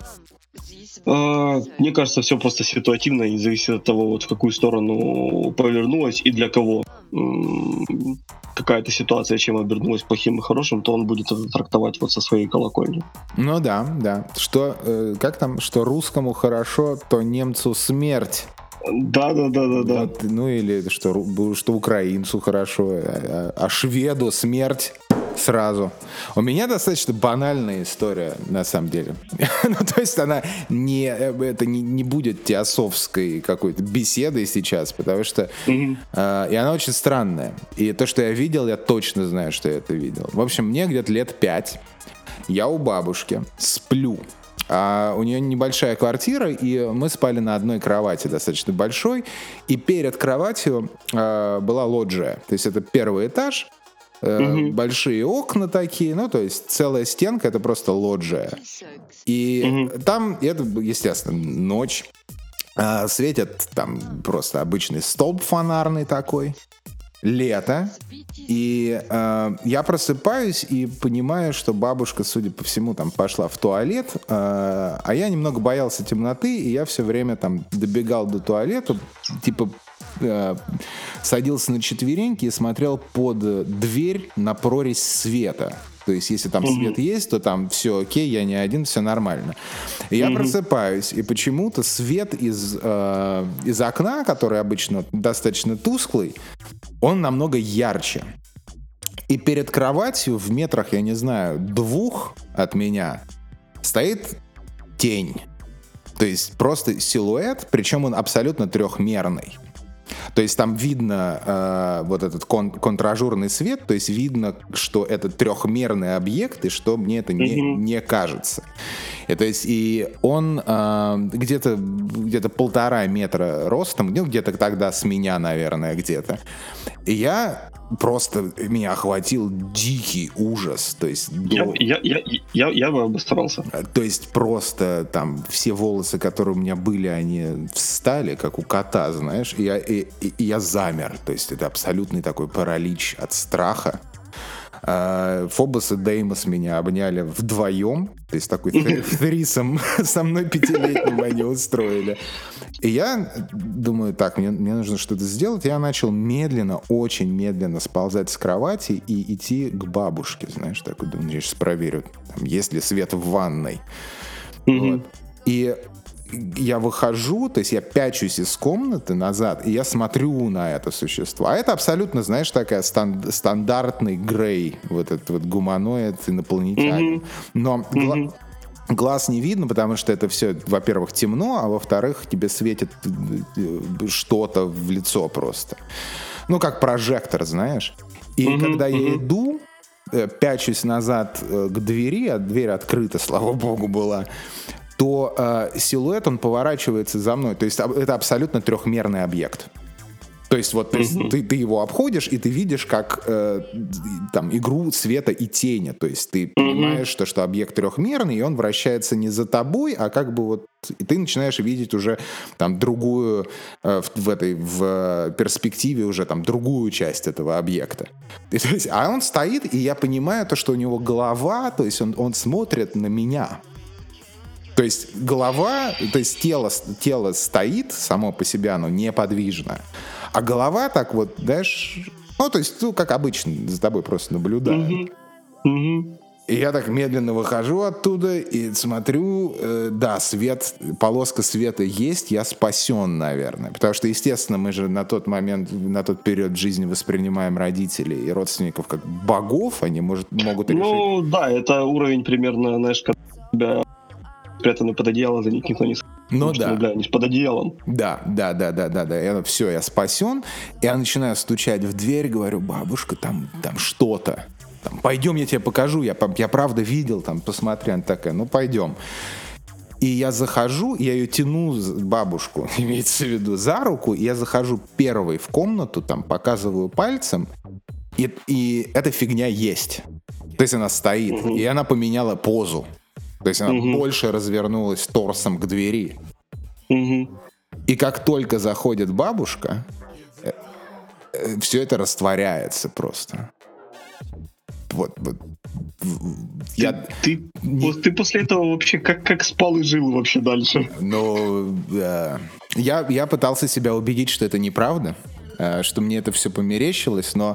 А, мне кажется, все просто ситуативно и зависит от того, вот в какую сторону повернулась и для кого м- какая-то ситуация, чем обернулась плохим и хорошим, то он будет это трактовать вот со своей колокольни. Ну да, да. Что, э, как там, что русскому хорошо, то немцу смерть. Да, да, да, да, да. Вот, ну или что, что украинцу хорошо, а, а шведу смерть сразу. У меня достаточно банальная история, на самом деле. Ну, то есть она не, это не, не будет теософской какой-то беседой сейчас, потому что mm-hmm. э, и она очень странная. И то, что я видел, я точно знаю, что я это видел. В общем, мне где-то лет пять. Я у бабушки сплю. А у нее небольшая квартира, и мы спали на одной кровати, достаточно большой. И перед кроватью э, была лоджия. То есть это первый этаж, э, mm-hmm. большие окна такие, ну, то есть целая стенка, это просто лоджия. И mm-hmm. там, это, естественно, ночь. Э, светит там просто обычный столб фонарный такой. Лето, и э, я просыпаюсь и понимаю, что бабушка, судя по всему, там пошла в туалет, э, а я немного боялся темноты, и я все время там добегал до туалета, типа э, садился на четвереньки и смотрел под дверь на прорезь света. То есть, если там свет mm-hmm. есть, то там все окей, я не один, все нормально. И я mm-hmm. просыпаюсь, и почему-то свет из, э, из окна, который обычно достаточно тусклый, он намного ярче. И перед кроватью в метрах, я не знаю, двух от меня стоит тень. То есть просто силуэт, причем он абсолютно трехмерный. То есть там видно э, вот этот кон- контражурный свет, то есть видно, что это трехмерный объект, и что мне это не, mm-hmm. не кажется. И, то есть и он э, где-то, где-то полтора метра ростом, ну где-то тогда с меня, наверное, где-то. И я просто, меня охватил дикий ужас. То есть я, до... я, я, я, я бы обосрался. То есть просто там все волосы, которые у меня были, они встали, как у кота, знаешь, и я, и, и, и я замер. То есть это абсолютный такой паралич от страха. Фобос и Деймос меня обняли вдвоем, то есть такой фрисом со мной пятилетним они устроили. И я думаю, так, мне, мне нужно что-то сделать. Я начал медленно, очень медленно сползать с кровати и идти к бабушке, знаешь, так, думаю, я сейчас проверю, там, есть ли свет в ванной. Mm-hmm. Вот. И я выхожу, то есть я пячусь из комнаты назад, и я смотрю на это существо. А это абсолютно, знаешь, такая стан- стандартный Грей, вот этот вот гуманоид, инопланетянин. Mm-hmm. Но гла- mm-hmm. глаз не видно, потому что это все, во-первых, темно, а во-вторых, тебе светит что-то в лицо просто. Ну, как прожектор, знаешь. И mm-hmm. когда mm-hmm. я иду, пячусь назад к двери, а дверь открыта, слава богу, была, то э, силуэт, он поворачивается за мной. То есть это абсолютно трехмерный объект. То есть вот mm-hmm. ты, ты его обходишь, и ты видишь как э, там, игру света и тени. То есть ты mm-hmm. понимаешь, что, что объект трехмерный, и он вращается не за тобой, а как бы вот... И ты начинаешь видеть уже там другую, э, в, в этой в перспективе уже там другую часть этого объекта. И, то есть, а он стоит, и я понимаю то, что у него голова, то есть он, он смотрит на меня. То есть голова, то есть тело, тело стоит само по себе, оно неподвижно. А голова так вот, знаешь, ну, то есть, ну, как обычно, за тобой просто наблюдает. Mm-hmm. Mm-hmm. И я так медленно выхожу оттуда и смотрю, э, да, свет, полоска света есть, я спасен, наверное. Потому что, естественно, мы же на тот момент, на тот период жизни воспринимаем родителей и родственников как богов, они может, могут решить. Ну, да, это уровень примерно, знаешь, как тебя... спрятаны под одеялом, за них никто не скажет. Ну да. Бля, они под одеялом. Да, да, да, да, да, да. Я, все, я спасен. Я начинаю стучать в дверь, говорю, бабушка, там, там что-то. Там, пойдем, я тебе покажу. Я, я правда видел, там, посмотри, она такая, ну пойдем. И я захожу, я ее тяну, бабушку, имеется в виду, за руку, и я захожу первой в комнату, там, показываю пальцем, и, и эта фигня есть. То есть она стоит, угу. и она поменяла позу. То есть она угу. больше развернулась торсом к двери. Угу. И как только заходит бабушка, все это растворяется просто. Вот, вот. Я... Ты, ты, ты после этого вообще как, как спал и жил вообще дальше? Ну, э, я, я пытался себя убедить, что это неправда, э, что мне это все померещилось, но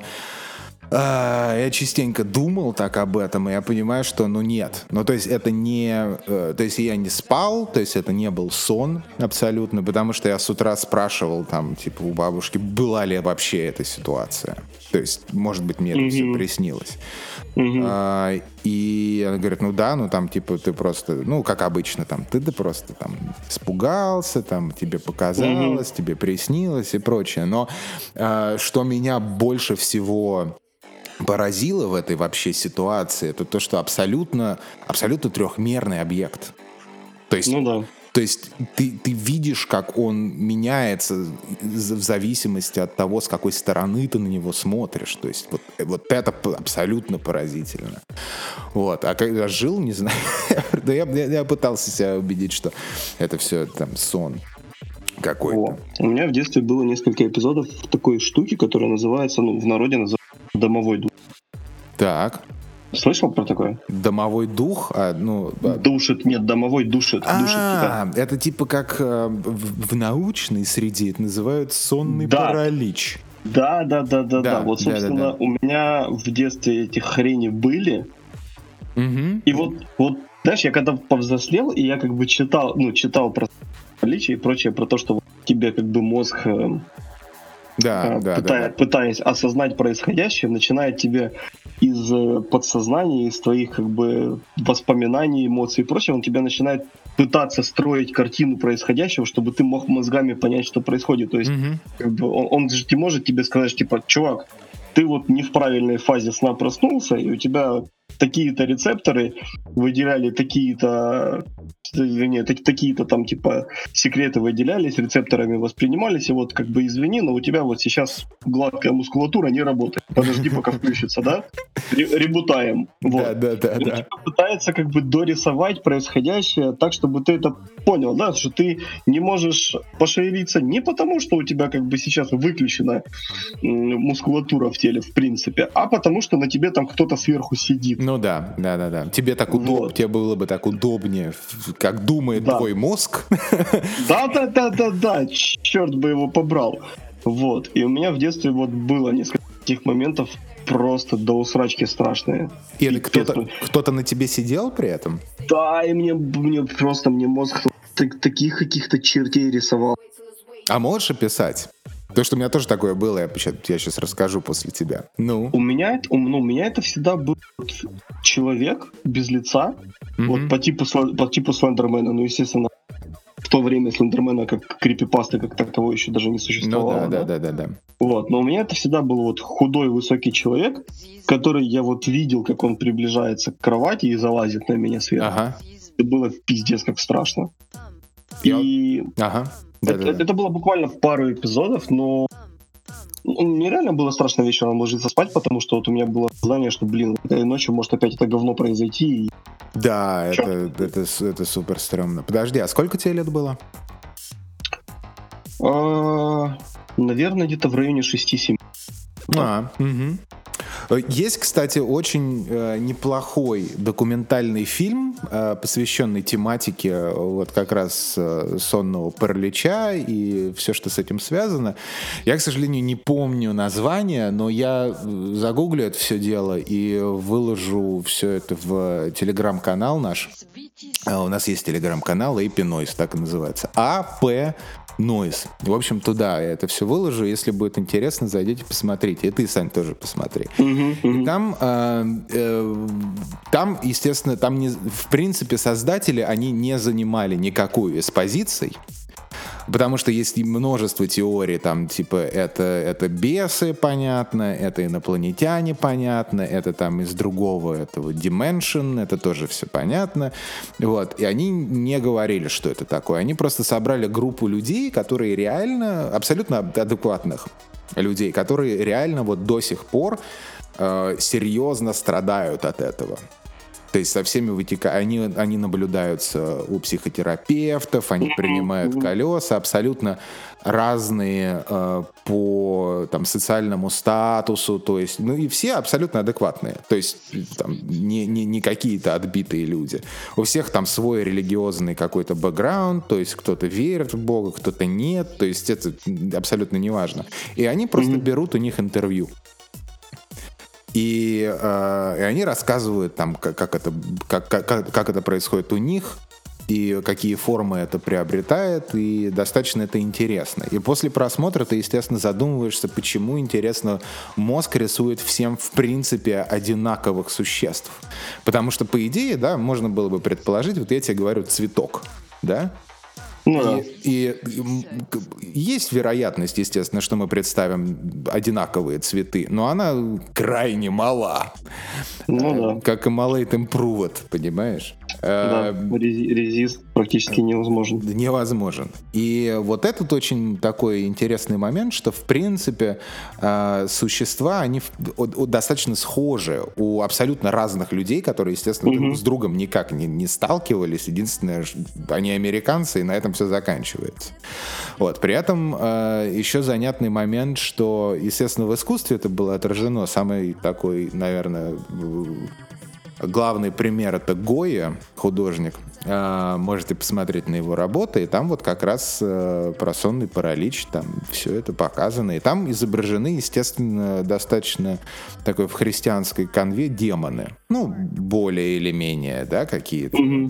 Uh, я частенько думал так об этом, и я понимаю, что ну нет. Ну то есть это не... Uh, то есть я не спал, то есть это не был сон абсолютно, потому что я с утра спрашивал там, типа, у бабушки, была ли вообще эта ситуация. То есть, может быть, мне это mm-hmm. все приснилось. Mm-hmm. Uh, и она говорит, ну да, ну там, типа, ты просто, ну, как обычно, там, ты да просто там испугался, там, тебе показалось, mm-hmm. тебе приснилось и прочее. Но uh, что меня больше всего... поразило в этой вообще ситуации, это то, что абсолютно, абсолютно трехмерный объект. То есть, ну да. То есть ты, ты видишь, как он меняется в зависимости от того, с какой стороны ты на него смотришь. То есть вот, вот это абсолютно поразительно. Вот. А когда жил, не знаю, да я, я, я пытался себя убедить, что это все там сон какой-то. О, у меня в детстве было несколько эпизодов такой штуки, которая называется, ну, в народе называется домовой дух. Так. Слышал про такое? Домовой дух? А, ну, душит, нет, домовой душит. А, душит тебя. Это типа как э, в, в научной среде это называют сонный да. паралич. Да, да, да, да, да, да. Вот, собственно, да, да, да. у меня в детстве эти хрени были. Угу. И вот, вот, знаешь, я когда повзрослел, и я как бы читал, ну, читал про паралич и прочее, про то, что тебе как бы мозг... Э, Да, да, пытаясь, да, да. пытаясь осознать происходящее, начинает тебе из подсознания, из твоих как бы воспоминаний, эмоций и прочего, он тебя начинает пытаться строить картину происходящего, чтобы ты мог мозгами понять, что происходит. То есть Угу. как бы он, он же не может тебе сказать, типа, чувак, ты вот не в правильной фазе сна проснулся, и у тебя такие-то рецепторы выделяли такие-то, нет, такие-то там типа секреты выделялись, рецепторами воспринимались, и вот как бы извини, но у тебя вот сейчас гладкая мускулатура не работает. Подожди, пока включится, да? Ребутаем. Вот. Да, да, да, Он да. пытается как бы дорисовать происходящее так, чтобы ты это понял, да, что ты не можешь пошевелиться не потому, что у тебя как бы сейчас выключена мускулатура в теле, в принципе, а потому, что на тебе там кто-то сверху сидит. Ну да, да, да, да. Тебе так удобно, Вот. тебе было бы так удобнее, как думает Да. твой мозг. Да, да, да, да, да, черт бы его побрал. Вот. И у меня в детстве вот было несколько таких моментов просто до усрачки страшные. И это Пипец. кто-то, кто-то на тебе сидел при этом? Да, и мне, мне просто мне мозг так, таких каких-то чертей рисовал. А можешь описать? Потому что у меня тоже такое было, я сейчас, я сейчас расскажу после тебя. Ну? У меня, это, ну, у меня это всегда был человек без лица, mm-hmm. вот по типу, по типу Слендермена, ну, естественно, в то время Слендермена как крипипасты как таковой еще даже не существовало. Ну да, да, да, да, да. Вот, но у меня это всегда был вот худой, высокий человек, который я вот видел, как он приближается к кровати и залазит на меня сверху. Ага. Это было пиздец как страшно. Я... И ага. Да, это, да, да. это было буквально пару эпизодов, но мне реально было страшно вечером ложиться спать, потому что вот у меня было знание, что, блин, этой ночью может опять это говно произойти. И... Да, это, это, это супер стрёмно. Подожди, а сколько тебе лет было? А, наверное, где-то в районе шесть-семь. А, угу. Есть, кстати, очень э, неплохой документальный фильм, э, посвященный тематике вот как раз э, сонного паралича и все, что с этим связано. Я, к сожалению, не помню название, но я загуглю это все дело и выложу все это в телеграм-канал наш. Uh, у нас есть телеграм-канал эй пи Noise, так и называется. эй пи Noise. В общем, туда я это все выложу. Если будет интересно, зайдите, посмотрите. И ты, Сань, тоже посмотри. Uh-huh, uh-huh. И там, э, э, там, естественно, там не, в принципе создатели, они не занимали никакую из позиций. Потому что есть множество теорий, там, типа, это, это бесы, понятно, это инопланетяне, понятно, это там из другого этого Dimension, это тоже все понятно. Вот. И они не говорили, что это такое. Они просто собрали группу людей, которые реально, абсолютно адекватных людей, которые реально вот до сих пор э, серьезно страдают от этого. То есть со всеми вытекают, они, они наблюдаются у психотерапевтов, они принимают колеса, абсолютно разные э, по там, социальному статусу, то есть, ну и все абсолютно адекватные, то есть там, не, не, не какие-то отбитые люди. У всех там свой религиозный какой-то бэкграунд, то есть кто-то верит в Бога, кто-то нет, то есть это абсолютно неважно. И они просто берут у них интервью. И, э, и они рассказывают, там, как, как, это, как, как, как это происходит у них, и какие формы это приобретает, и достаточно это интересно. И после просмотра ты, естественно, задумываешься, почему, интересно, мозг рисует всем, в принципе, одинаковых существ. Потому что, по идее, да, можно было бы предположить, вот я тебе говорю, цветок, да? Ну, и, и, и есть вероятность, естественно, что мы представим одинаковые цветы, но она крайне мала. Ну, да. Как и Malate Improved, понимаешь? Да, резист практически невозможен. Невозможен. И вот этот очень такой интересный момент, что, в принципе, существа, они достаточно схожи у абсолютно разных людей, которые, естественно, угу. друг с другом никак не, не сталкивались. Единственное, они американцы, и на этом все заканчивается. Вот. При этом э, еще занятный момент, что, естественно, в искусстве это было отражено. Самый такой, наверное, главный пример — это Гойя, художник. Э, можете посмотреть на его работы, и там вот как раз э, про сонный паралич, там все это показано. И там изображены, естественно, достаточно такой в христианской канве демоны. Ну, более или менее, да, какие-то. Mm-hmm.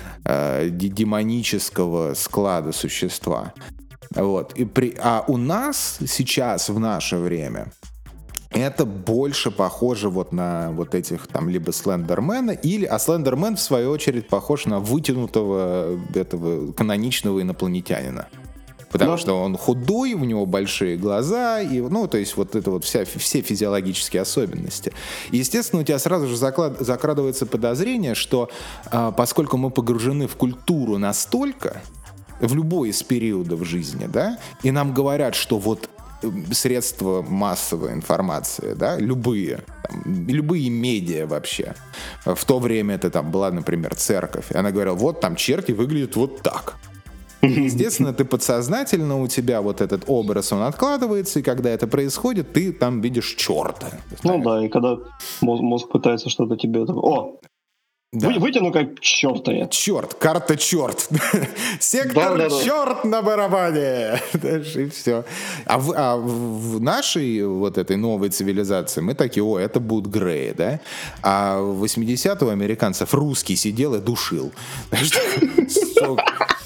демонического склада существа. Вот. И при... А у нас сейчас, в наше время, это больше похоже вот на вот этих там либо Слендермена, или... а Слендермен, в свою очередь, похож на вытянутого этого каноничного инопланетянина. Потому да. что он худой, у него большие глаза, и, ну, то есть вот это вот вся, все физиологические особенности. И, естественно, у тебя сразу же заклад, закрадывается подозрение, что а, поскольку мы погружены в культуру настолько, в любой из периодов жизни, да, и нам говорят, что вот средства массовой информации, да, любые, там, любые медиа вообще. В то время это там была, например, церковь, и она говорила, вот там черти выглядят вот так. И, естественно, ты подсознательно, у тебя вот этот образ, он откладывается, и когда это происходит, ты там видишь черта. Ну да, и когда мозг, мозг пытается что-то тебе... О! Да. Вы, вытяну как черта я. Черт, карта черт. Сектор да, да, да. черт на барабане. И все. А, в, а в нашей вот этой новой цивилизации мы такие, о, это будут Греи, да? А в восьмидесятые у американцев русский сидел и душил.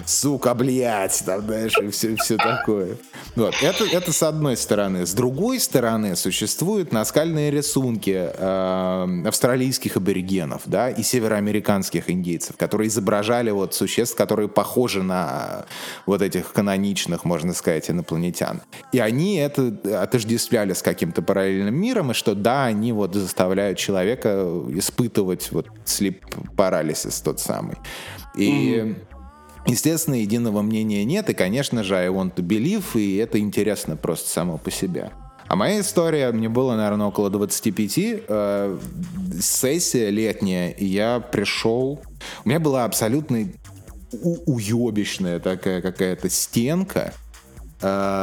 сука, блядь, там, знаешь, и все, все такое. Вот, это, это с одной стороны. С другой стороны, существуют наскальные рисунки э, австралийских аборигенов, да, и североамериканских индейцев, которые изображали вот существ, которые похожи на вот этих каноничных, можно сказать, инопланетян. И они это отождествляли с каким-то параллельным миром, и что да, они вот заставляют человека испытывать вот слип-парализис тот самый. И... Mm-hmm. Естественно, единого мнения нет, и, конечно же, I want to believe, и это интересно просто само по себе. А моя история, мне было, наверное, около двадцати пяти, э, сессия летняя, и я пришел... У меня была абсолютно у- уебищная такая какая-то стенка, э,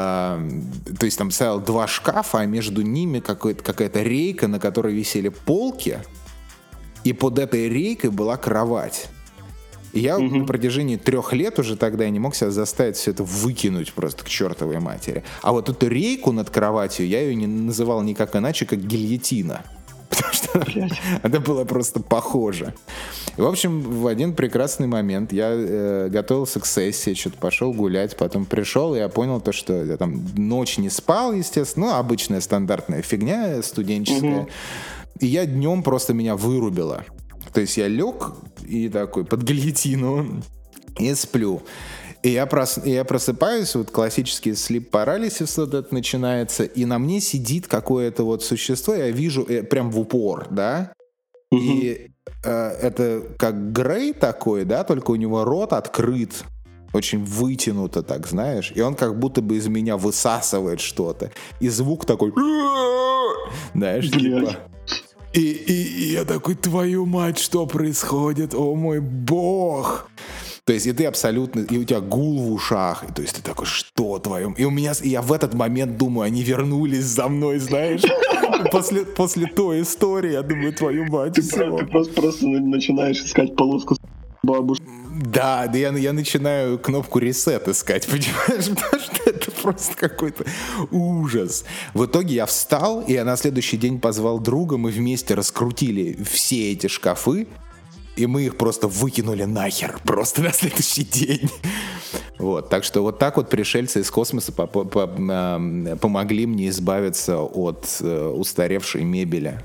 то есть там стояло два шкафа, а между ними какая-то рейка, на которой висели полки, и под этой рейкой была кровать. И я mm-hmm. на протяжении трех лет уже тогда я не мог себя заставить все это выкинуть просто к чертовой матери. А вот эту рейку над кроватью я ее не называл никак иначе, как гильотина. Потому что это было просто похоже. И, в общем, в один прекрасный момент я э, готовился к сессии, что-то пошел гулять, потом пришел, и я понял то, что я там ночь не спал, естественно, ну, обычная стандартная фигня студенческая. Mm-hmm. И я днем просто меня вырубило. То есть я лег и такой под гильотину и сплю. И я, прос, и я просыпаюсь, вот классический слип-парализис вот это начинается, и на мне сидит какое-то вот существо, я вижу э, прям в упор, да, угу. И э, это как Грей такой, да, только у него рот открыт, очень вытянуто так, знаешь, и он как будто бы из меня высасывает что-то, и звук такой, знаешь, типа... И, и, и я такой, твою мать, что происходит? О мой бог! То есть и ты абсолютно, и у тебя гул в ушах, и, то есть ты такой, что твоем? И у меня, и я в этот момент думаю, они вернулись за мной, знаешь? После, после той истории, я думаю, твою мать. Ты, про, ты просто, просто начинаешь искать полоску бабушки. Да, да я, я начинаю кнопку reset искать, понимаешь? Потому что это просто какой-то ужас. В итоге я встал, и я на следующий день позвал друга, мы вместе раскрутили все эти шкафы, и мы их просто выкинули нахер, просто на следующий день. Вот, так что вот так вот пришельцы из космоса по- по- по- помогли мне избавиться от э, устаревшей мебели.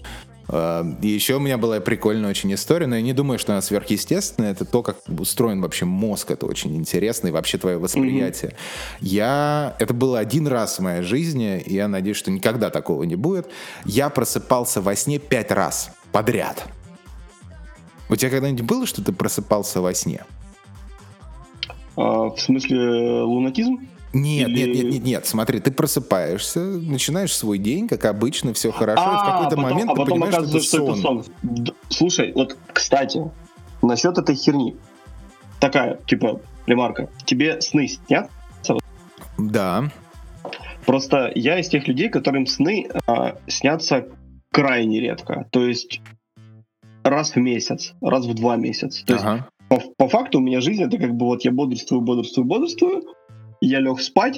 И еще у меня была прикольная очень история, но я не думаю, что она сверхъестественная. Это то, как устроен вообще мозг, это очень интересно, и вообще твое восприятие. Mm-hmm. Я... Это было один раз в моей жизни, и я надеюсь, что никогда такого не будет. Я просыпался во сне пять раз подряд. У тебя когда-нибудь было, что ты просыпался во сне? А, в смысле лунатизм? Нет, Или... нет, нет, нет, нет, смотри, ты просыпаешься, начинаешь свой день, как обычно, все хорошо, а, и в какой-то потом, момент а ты понимаешь, что это, что это сон. Слушай, вот, кстати, насчет этой херни. Такая, типа, ремарка. Тебе сны снятся? Да. Просто я из тех людей, которым сны а, снятся крайне редко. То есть раз в месяц, раз в два месяца. То ага. есть по, по факту у меня жизнь, это как бы вот я бодрствую, бодрствую, бодрствую, я лег спать,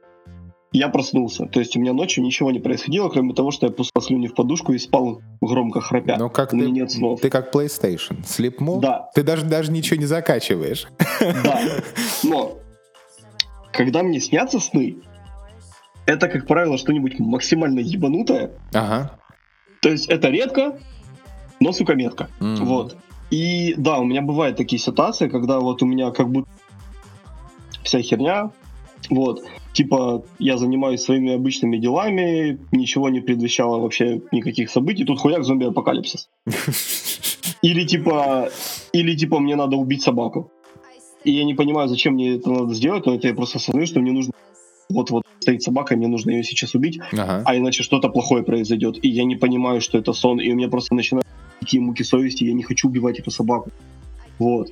я проснулся. То есть у меня ночью ничего не происходило, кроме того, что я пускал слюни в подушку и спал громко храпя. Но как у меня ты, нет снов. Ты как PlayStation. Sleep mode? Да. Ты даже, даже ничего не закачиваешь. Да. Но когда мне снятся сны, это, как правило, что-нибудь максимально ебанутое. Ага. То есть это редко, но, сука, метко. Mm-hmm. Вот. И да, у меня бывают такие ситуации, когда вот у меня как будто вся херня, вот, типа, я занимаюсь своими обычными делами, ничего не предвещало вообще никаких событий, тут хуяк зомби-апокалипсис. Или типа, или типа мне надо убить собаку. И я не понимаю, зачем мне это надо сделать, но это я просто осознаю, что мне нужно, вот-вот стоит собака, мне нужно ее сейчас убить, ага. а иначе что-то плохое произойдет. И я не понимаю, что это сон, и у меня просто начинают такие муки совести, я не хочу убивать эту собаку. Вот.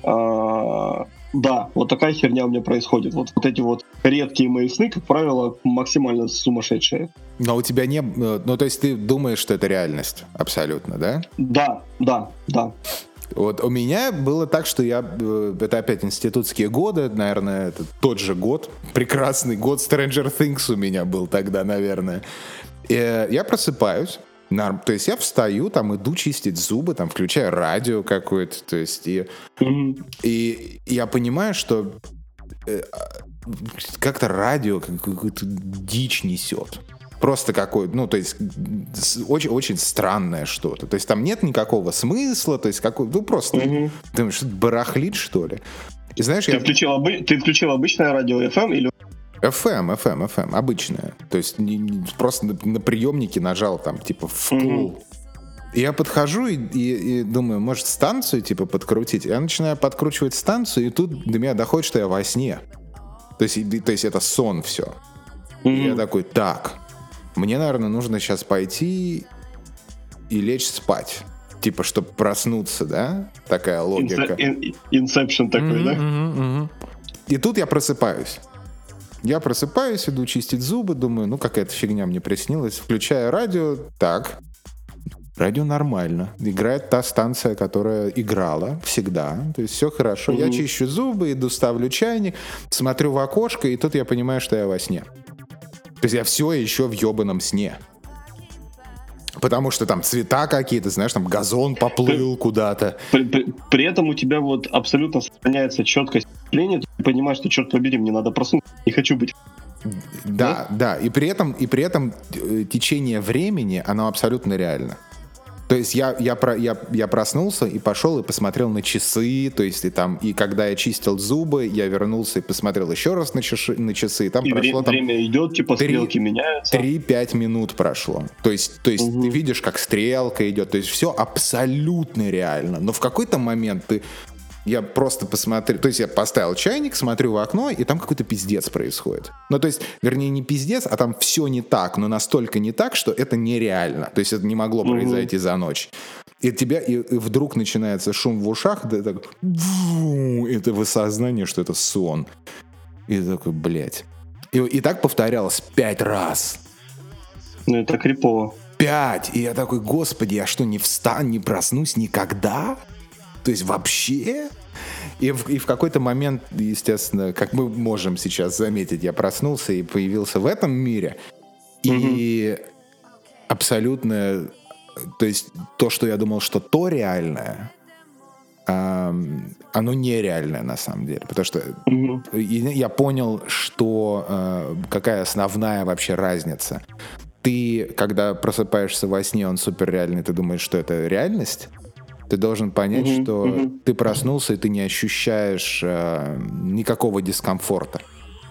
А- Да, вот такая херня у меня происходит. Вот, вот эти вот редкие мои сны, как правило, максимально сумасшедшие. Но у тебя не... Ну, то есть ты думаешь, что это реальность абсолютно, да? Да, да, да. Вот у меня было так, что я... Это опять институтские годы, наверное, это тот же год. Прекрасный год Stranger Things у меня был тогда, наверное. И я просыпаюсь, То есть я встаю, там иду чистить зубы, там включаю радио какое-то, то есть и, mm-hmm. и я понимаю, что э, как-то радио какую-то дичь несет. Просто какое, ну, то есть очень, очень странное что-то. То есть там нет никакого смысла, то есть какой, ну, просто mm-hmm. думаешь, что-то барахлит, что ли. И знаешь, ты, я... включил обы... ты включил обычное радио эф эм или... эф эм, эф эм, эф эм, обычное. То есть не, не, просто на, на приемнике нажал там, типа, в пол. Mm-hmm. И я подхожу и, и, и думаю, может, станцию, типа, подкрутить? Я начинаю подкручивать станцию, и тут до меня доходит, что я во сне. То есть, и, то есть это сон все. Mm-hmm. И я такой, так, мне, наверное, нужно сейчас пойти и лечь спать. Типа, чтобы проснуться, да? Такая логика. Инсепшн такой, mm-hmm, да? Mm-hmm, mm-hmm. И тут я просыпаюсь. Я просыпаюсь, иду чистить зубы, думаю, ну какая-то фигня мне приснилась. Включаю радио, так, радио нормально. Играет та станция, которая играла всегда. То есть все хорошо. Mm-hmm. Я чищу зубы, иду, ставлю чайник, смотрю в окошко, и тут я понимаю, что я во сне. То есть я все еще в ебаном сне. Потому что там цвета какие-то, знаешь, там газон поплыл при, куда-то. При, при, при этом у тебя вот абсолютно сохраняется четкость мышления. Ты понимаешь, что, черт побери, мне надо проснуться, не хочу быть. Да, да, да. И при этом, и при этом течение времени, оно абсолютно реально. То есть я, я, я, я проснулся и пошел и посмотрел на часы, то есть и там, и когда я чистил зубы, я вернулся и посмотрел еще раз на часы, на часы и там и прошло время, там... время идет, типа три, стрелки меняются. три-пять минут прошло. То есть, то есть угу. ты видишь, как стрелка идет, то есть все абсолютно реально. Но в какой-то момент ты... Я просто посмотрел, то есть я поставил чайник, смотрю в окно, и там какой-то пиздец происходит. Ну, то есть, вернее, не пиздец, а там все не так, но настолько не так, что это нереально. То есть это не могло mm-hmm. произойти за ночь. И тебя, и, и вдруг начинается шум в ушах, да, так, это осознание, что это сон. И ты такой, блядь. И, и так повторялось пять раз. Ну, это крипово. Пять! И я такой, господи, я что, не встану, не проснусь никогда? То есть вообще? И в, и в какой-то момент, естественно, как мы можем сейчас заметить, я проснулся и появился в этом мире. И mm-hmm. абсолютно... То есть то, что я думал, что то реальное, эм, оно нереальное на самом деле. Потому что mm-hmm. я понял, что э, какая основная вообще разница. Ты, когда просыпаешься во сне, он суперреальный, ты думаешь, что это реальность? Ты должен понять, mm-hmm, что mm-hmm. ты проснулся, и ты не ощущаешь э, никакого дискомфорта.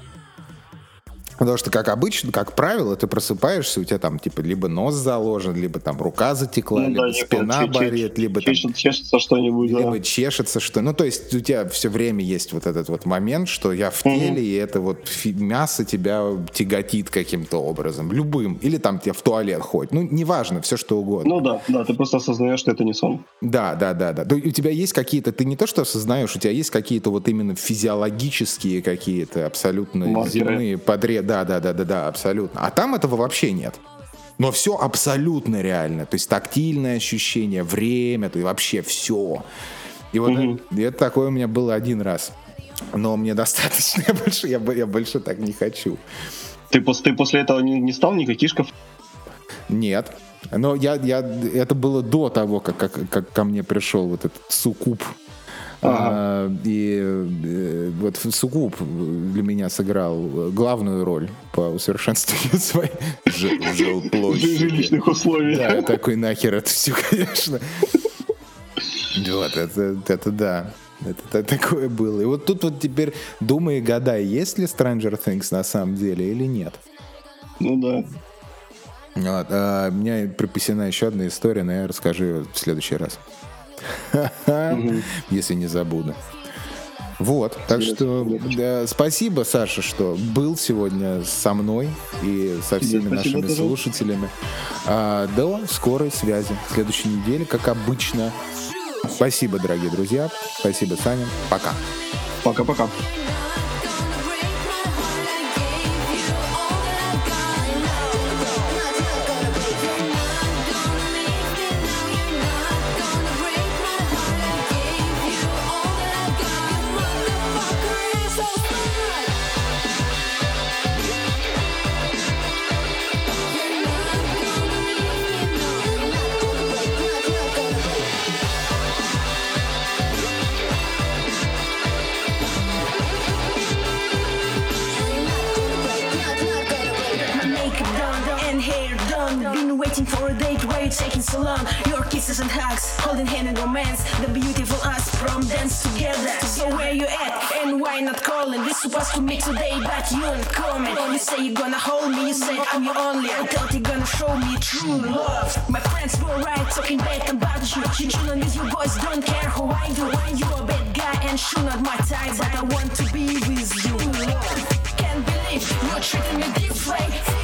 Потому что, как обычно, как правило, ты просыпаешься, у тебя там, типа, либо нос заложен, либо там рука затекла, ну, либо да, спина чеш- болит, либо чеш- там... Чешется что-нибудь, Либо да. чешется что... Ну, то есть у тебя все время есть вот этот вот момент, что я в теле, mm-hmm. и это вот фи- мясо тебя тяготит каким-то образом, любым. Или там тебя в туалет ходит. Ну, неважно, все что угодно. Ну да, да, ты просто осознаешь, что это не сон. Да, да, да, да. У тебя есть какие-то... Ты не то, что осознаешь, у тебя есть какие-то вот именно физиологические какие-то абсолютно маркеры. Земные подряд. Да, да, да, да, да, абсолютно. А там этого вообще нет. Но все абсолютно реально. То есть тактильное ощущение, время, то есть вообще все. И вот mm-hmm. это, это такое у меня было один раз. Но мне достаточно. Я больше, я, я больше так не хочу. Ты, ты после этого не, не стал никакишков? Нет. Но я, я, это было до того, как, как, как ко мне пришел вот этот суккуб. Ага. А, и, и вот Суккуб для меня сыграл главную роль по усовершенствованию своей жилплощади. Жилищных условий. Да, я такой, нахер это все, конечно. Вот, это, это да. Это, это такое было. И вот тут вот теперь думай и гадай, есть ли Stranger Things на самом деле или нет. Ну да. Вот, а, у меня припасена еще одна история, но я расскажу ее в следующий раз. Mm-hmm. Если не забуду. Вот, так что да, спасибо, Саша, что был сегодня со мной и со всеми спасибо, нашими тоже. слушателями. А, до скорой связи в следующей неделе, как обычно. Спасибо, дорогие друзья. Спасибо, Саня. Пока. Пока-пока. You're not gonna leave me, no. waiting for a date, why you taking so long? Your kisses and hugs, holding hand in romance, the beautiful us from dance together. So where you at, and why not calling? We supposed to meet today, but you ain't coming. You say you're gonna hold me, you said I'm your only. I thought you're gonna show me true love. My friends were right, talking bad about you. You chillin' with your boys, don't care who I do. You a bad guy and sure not my type, but I want to be with you. Can't believe you're treating me this way.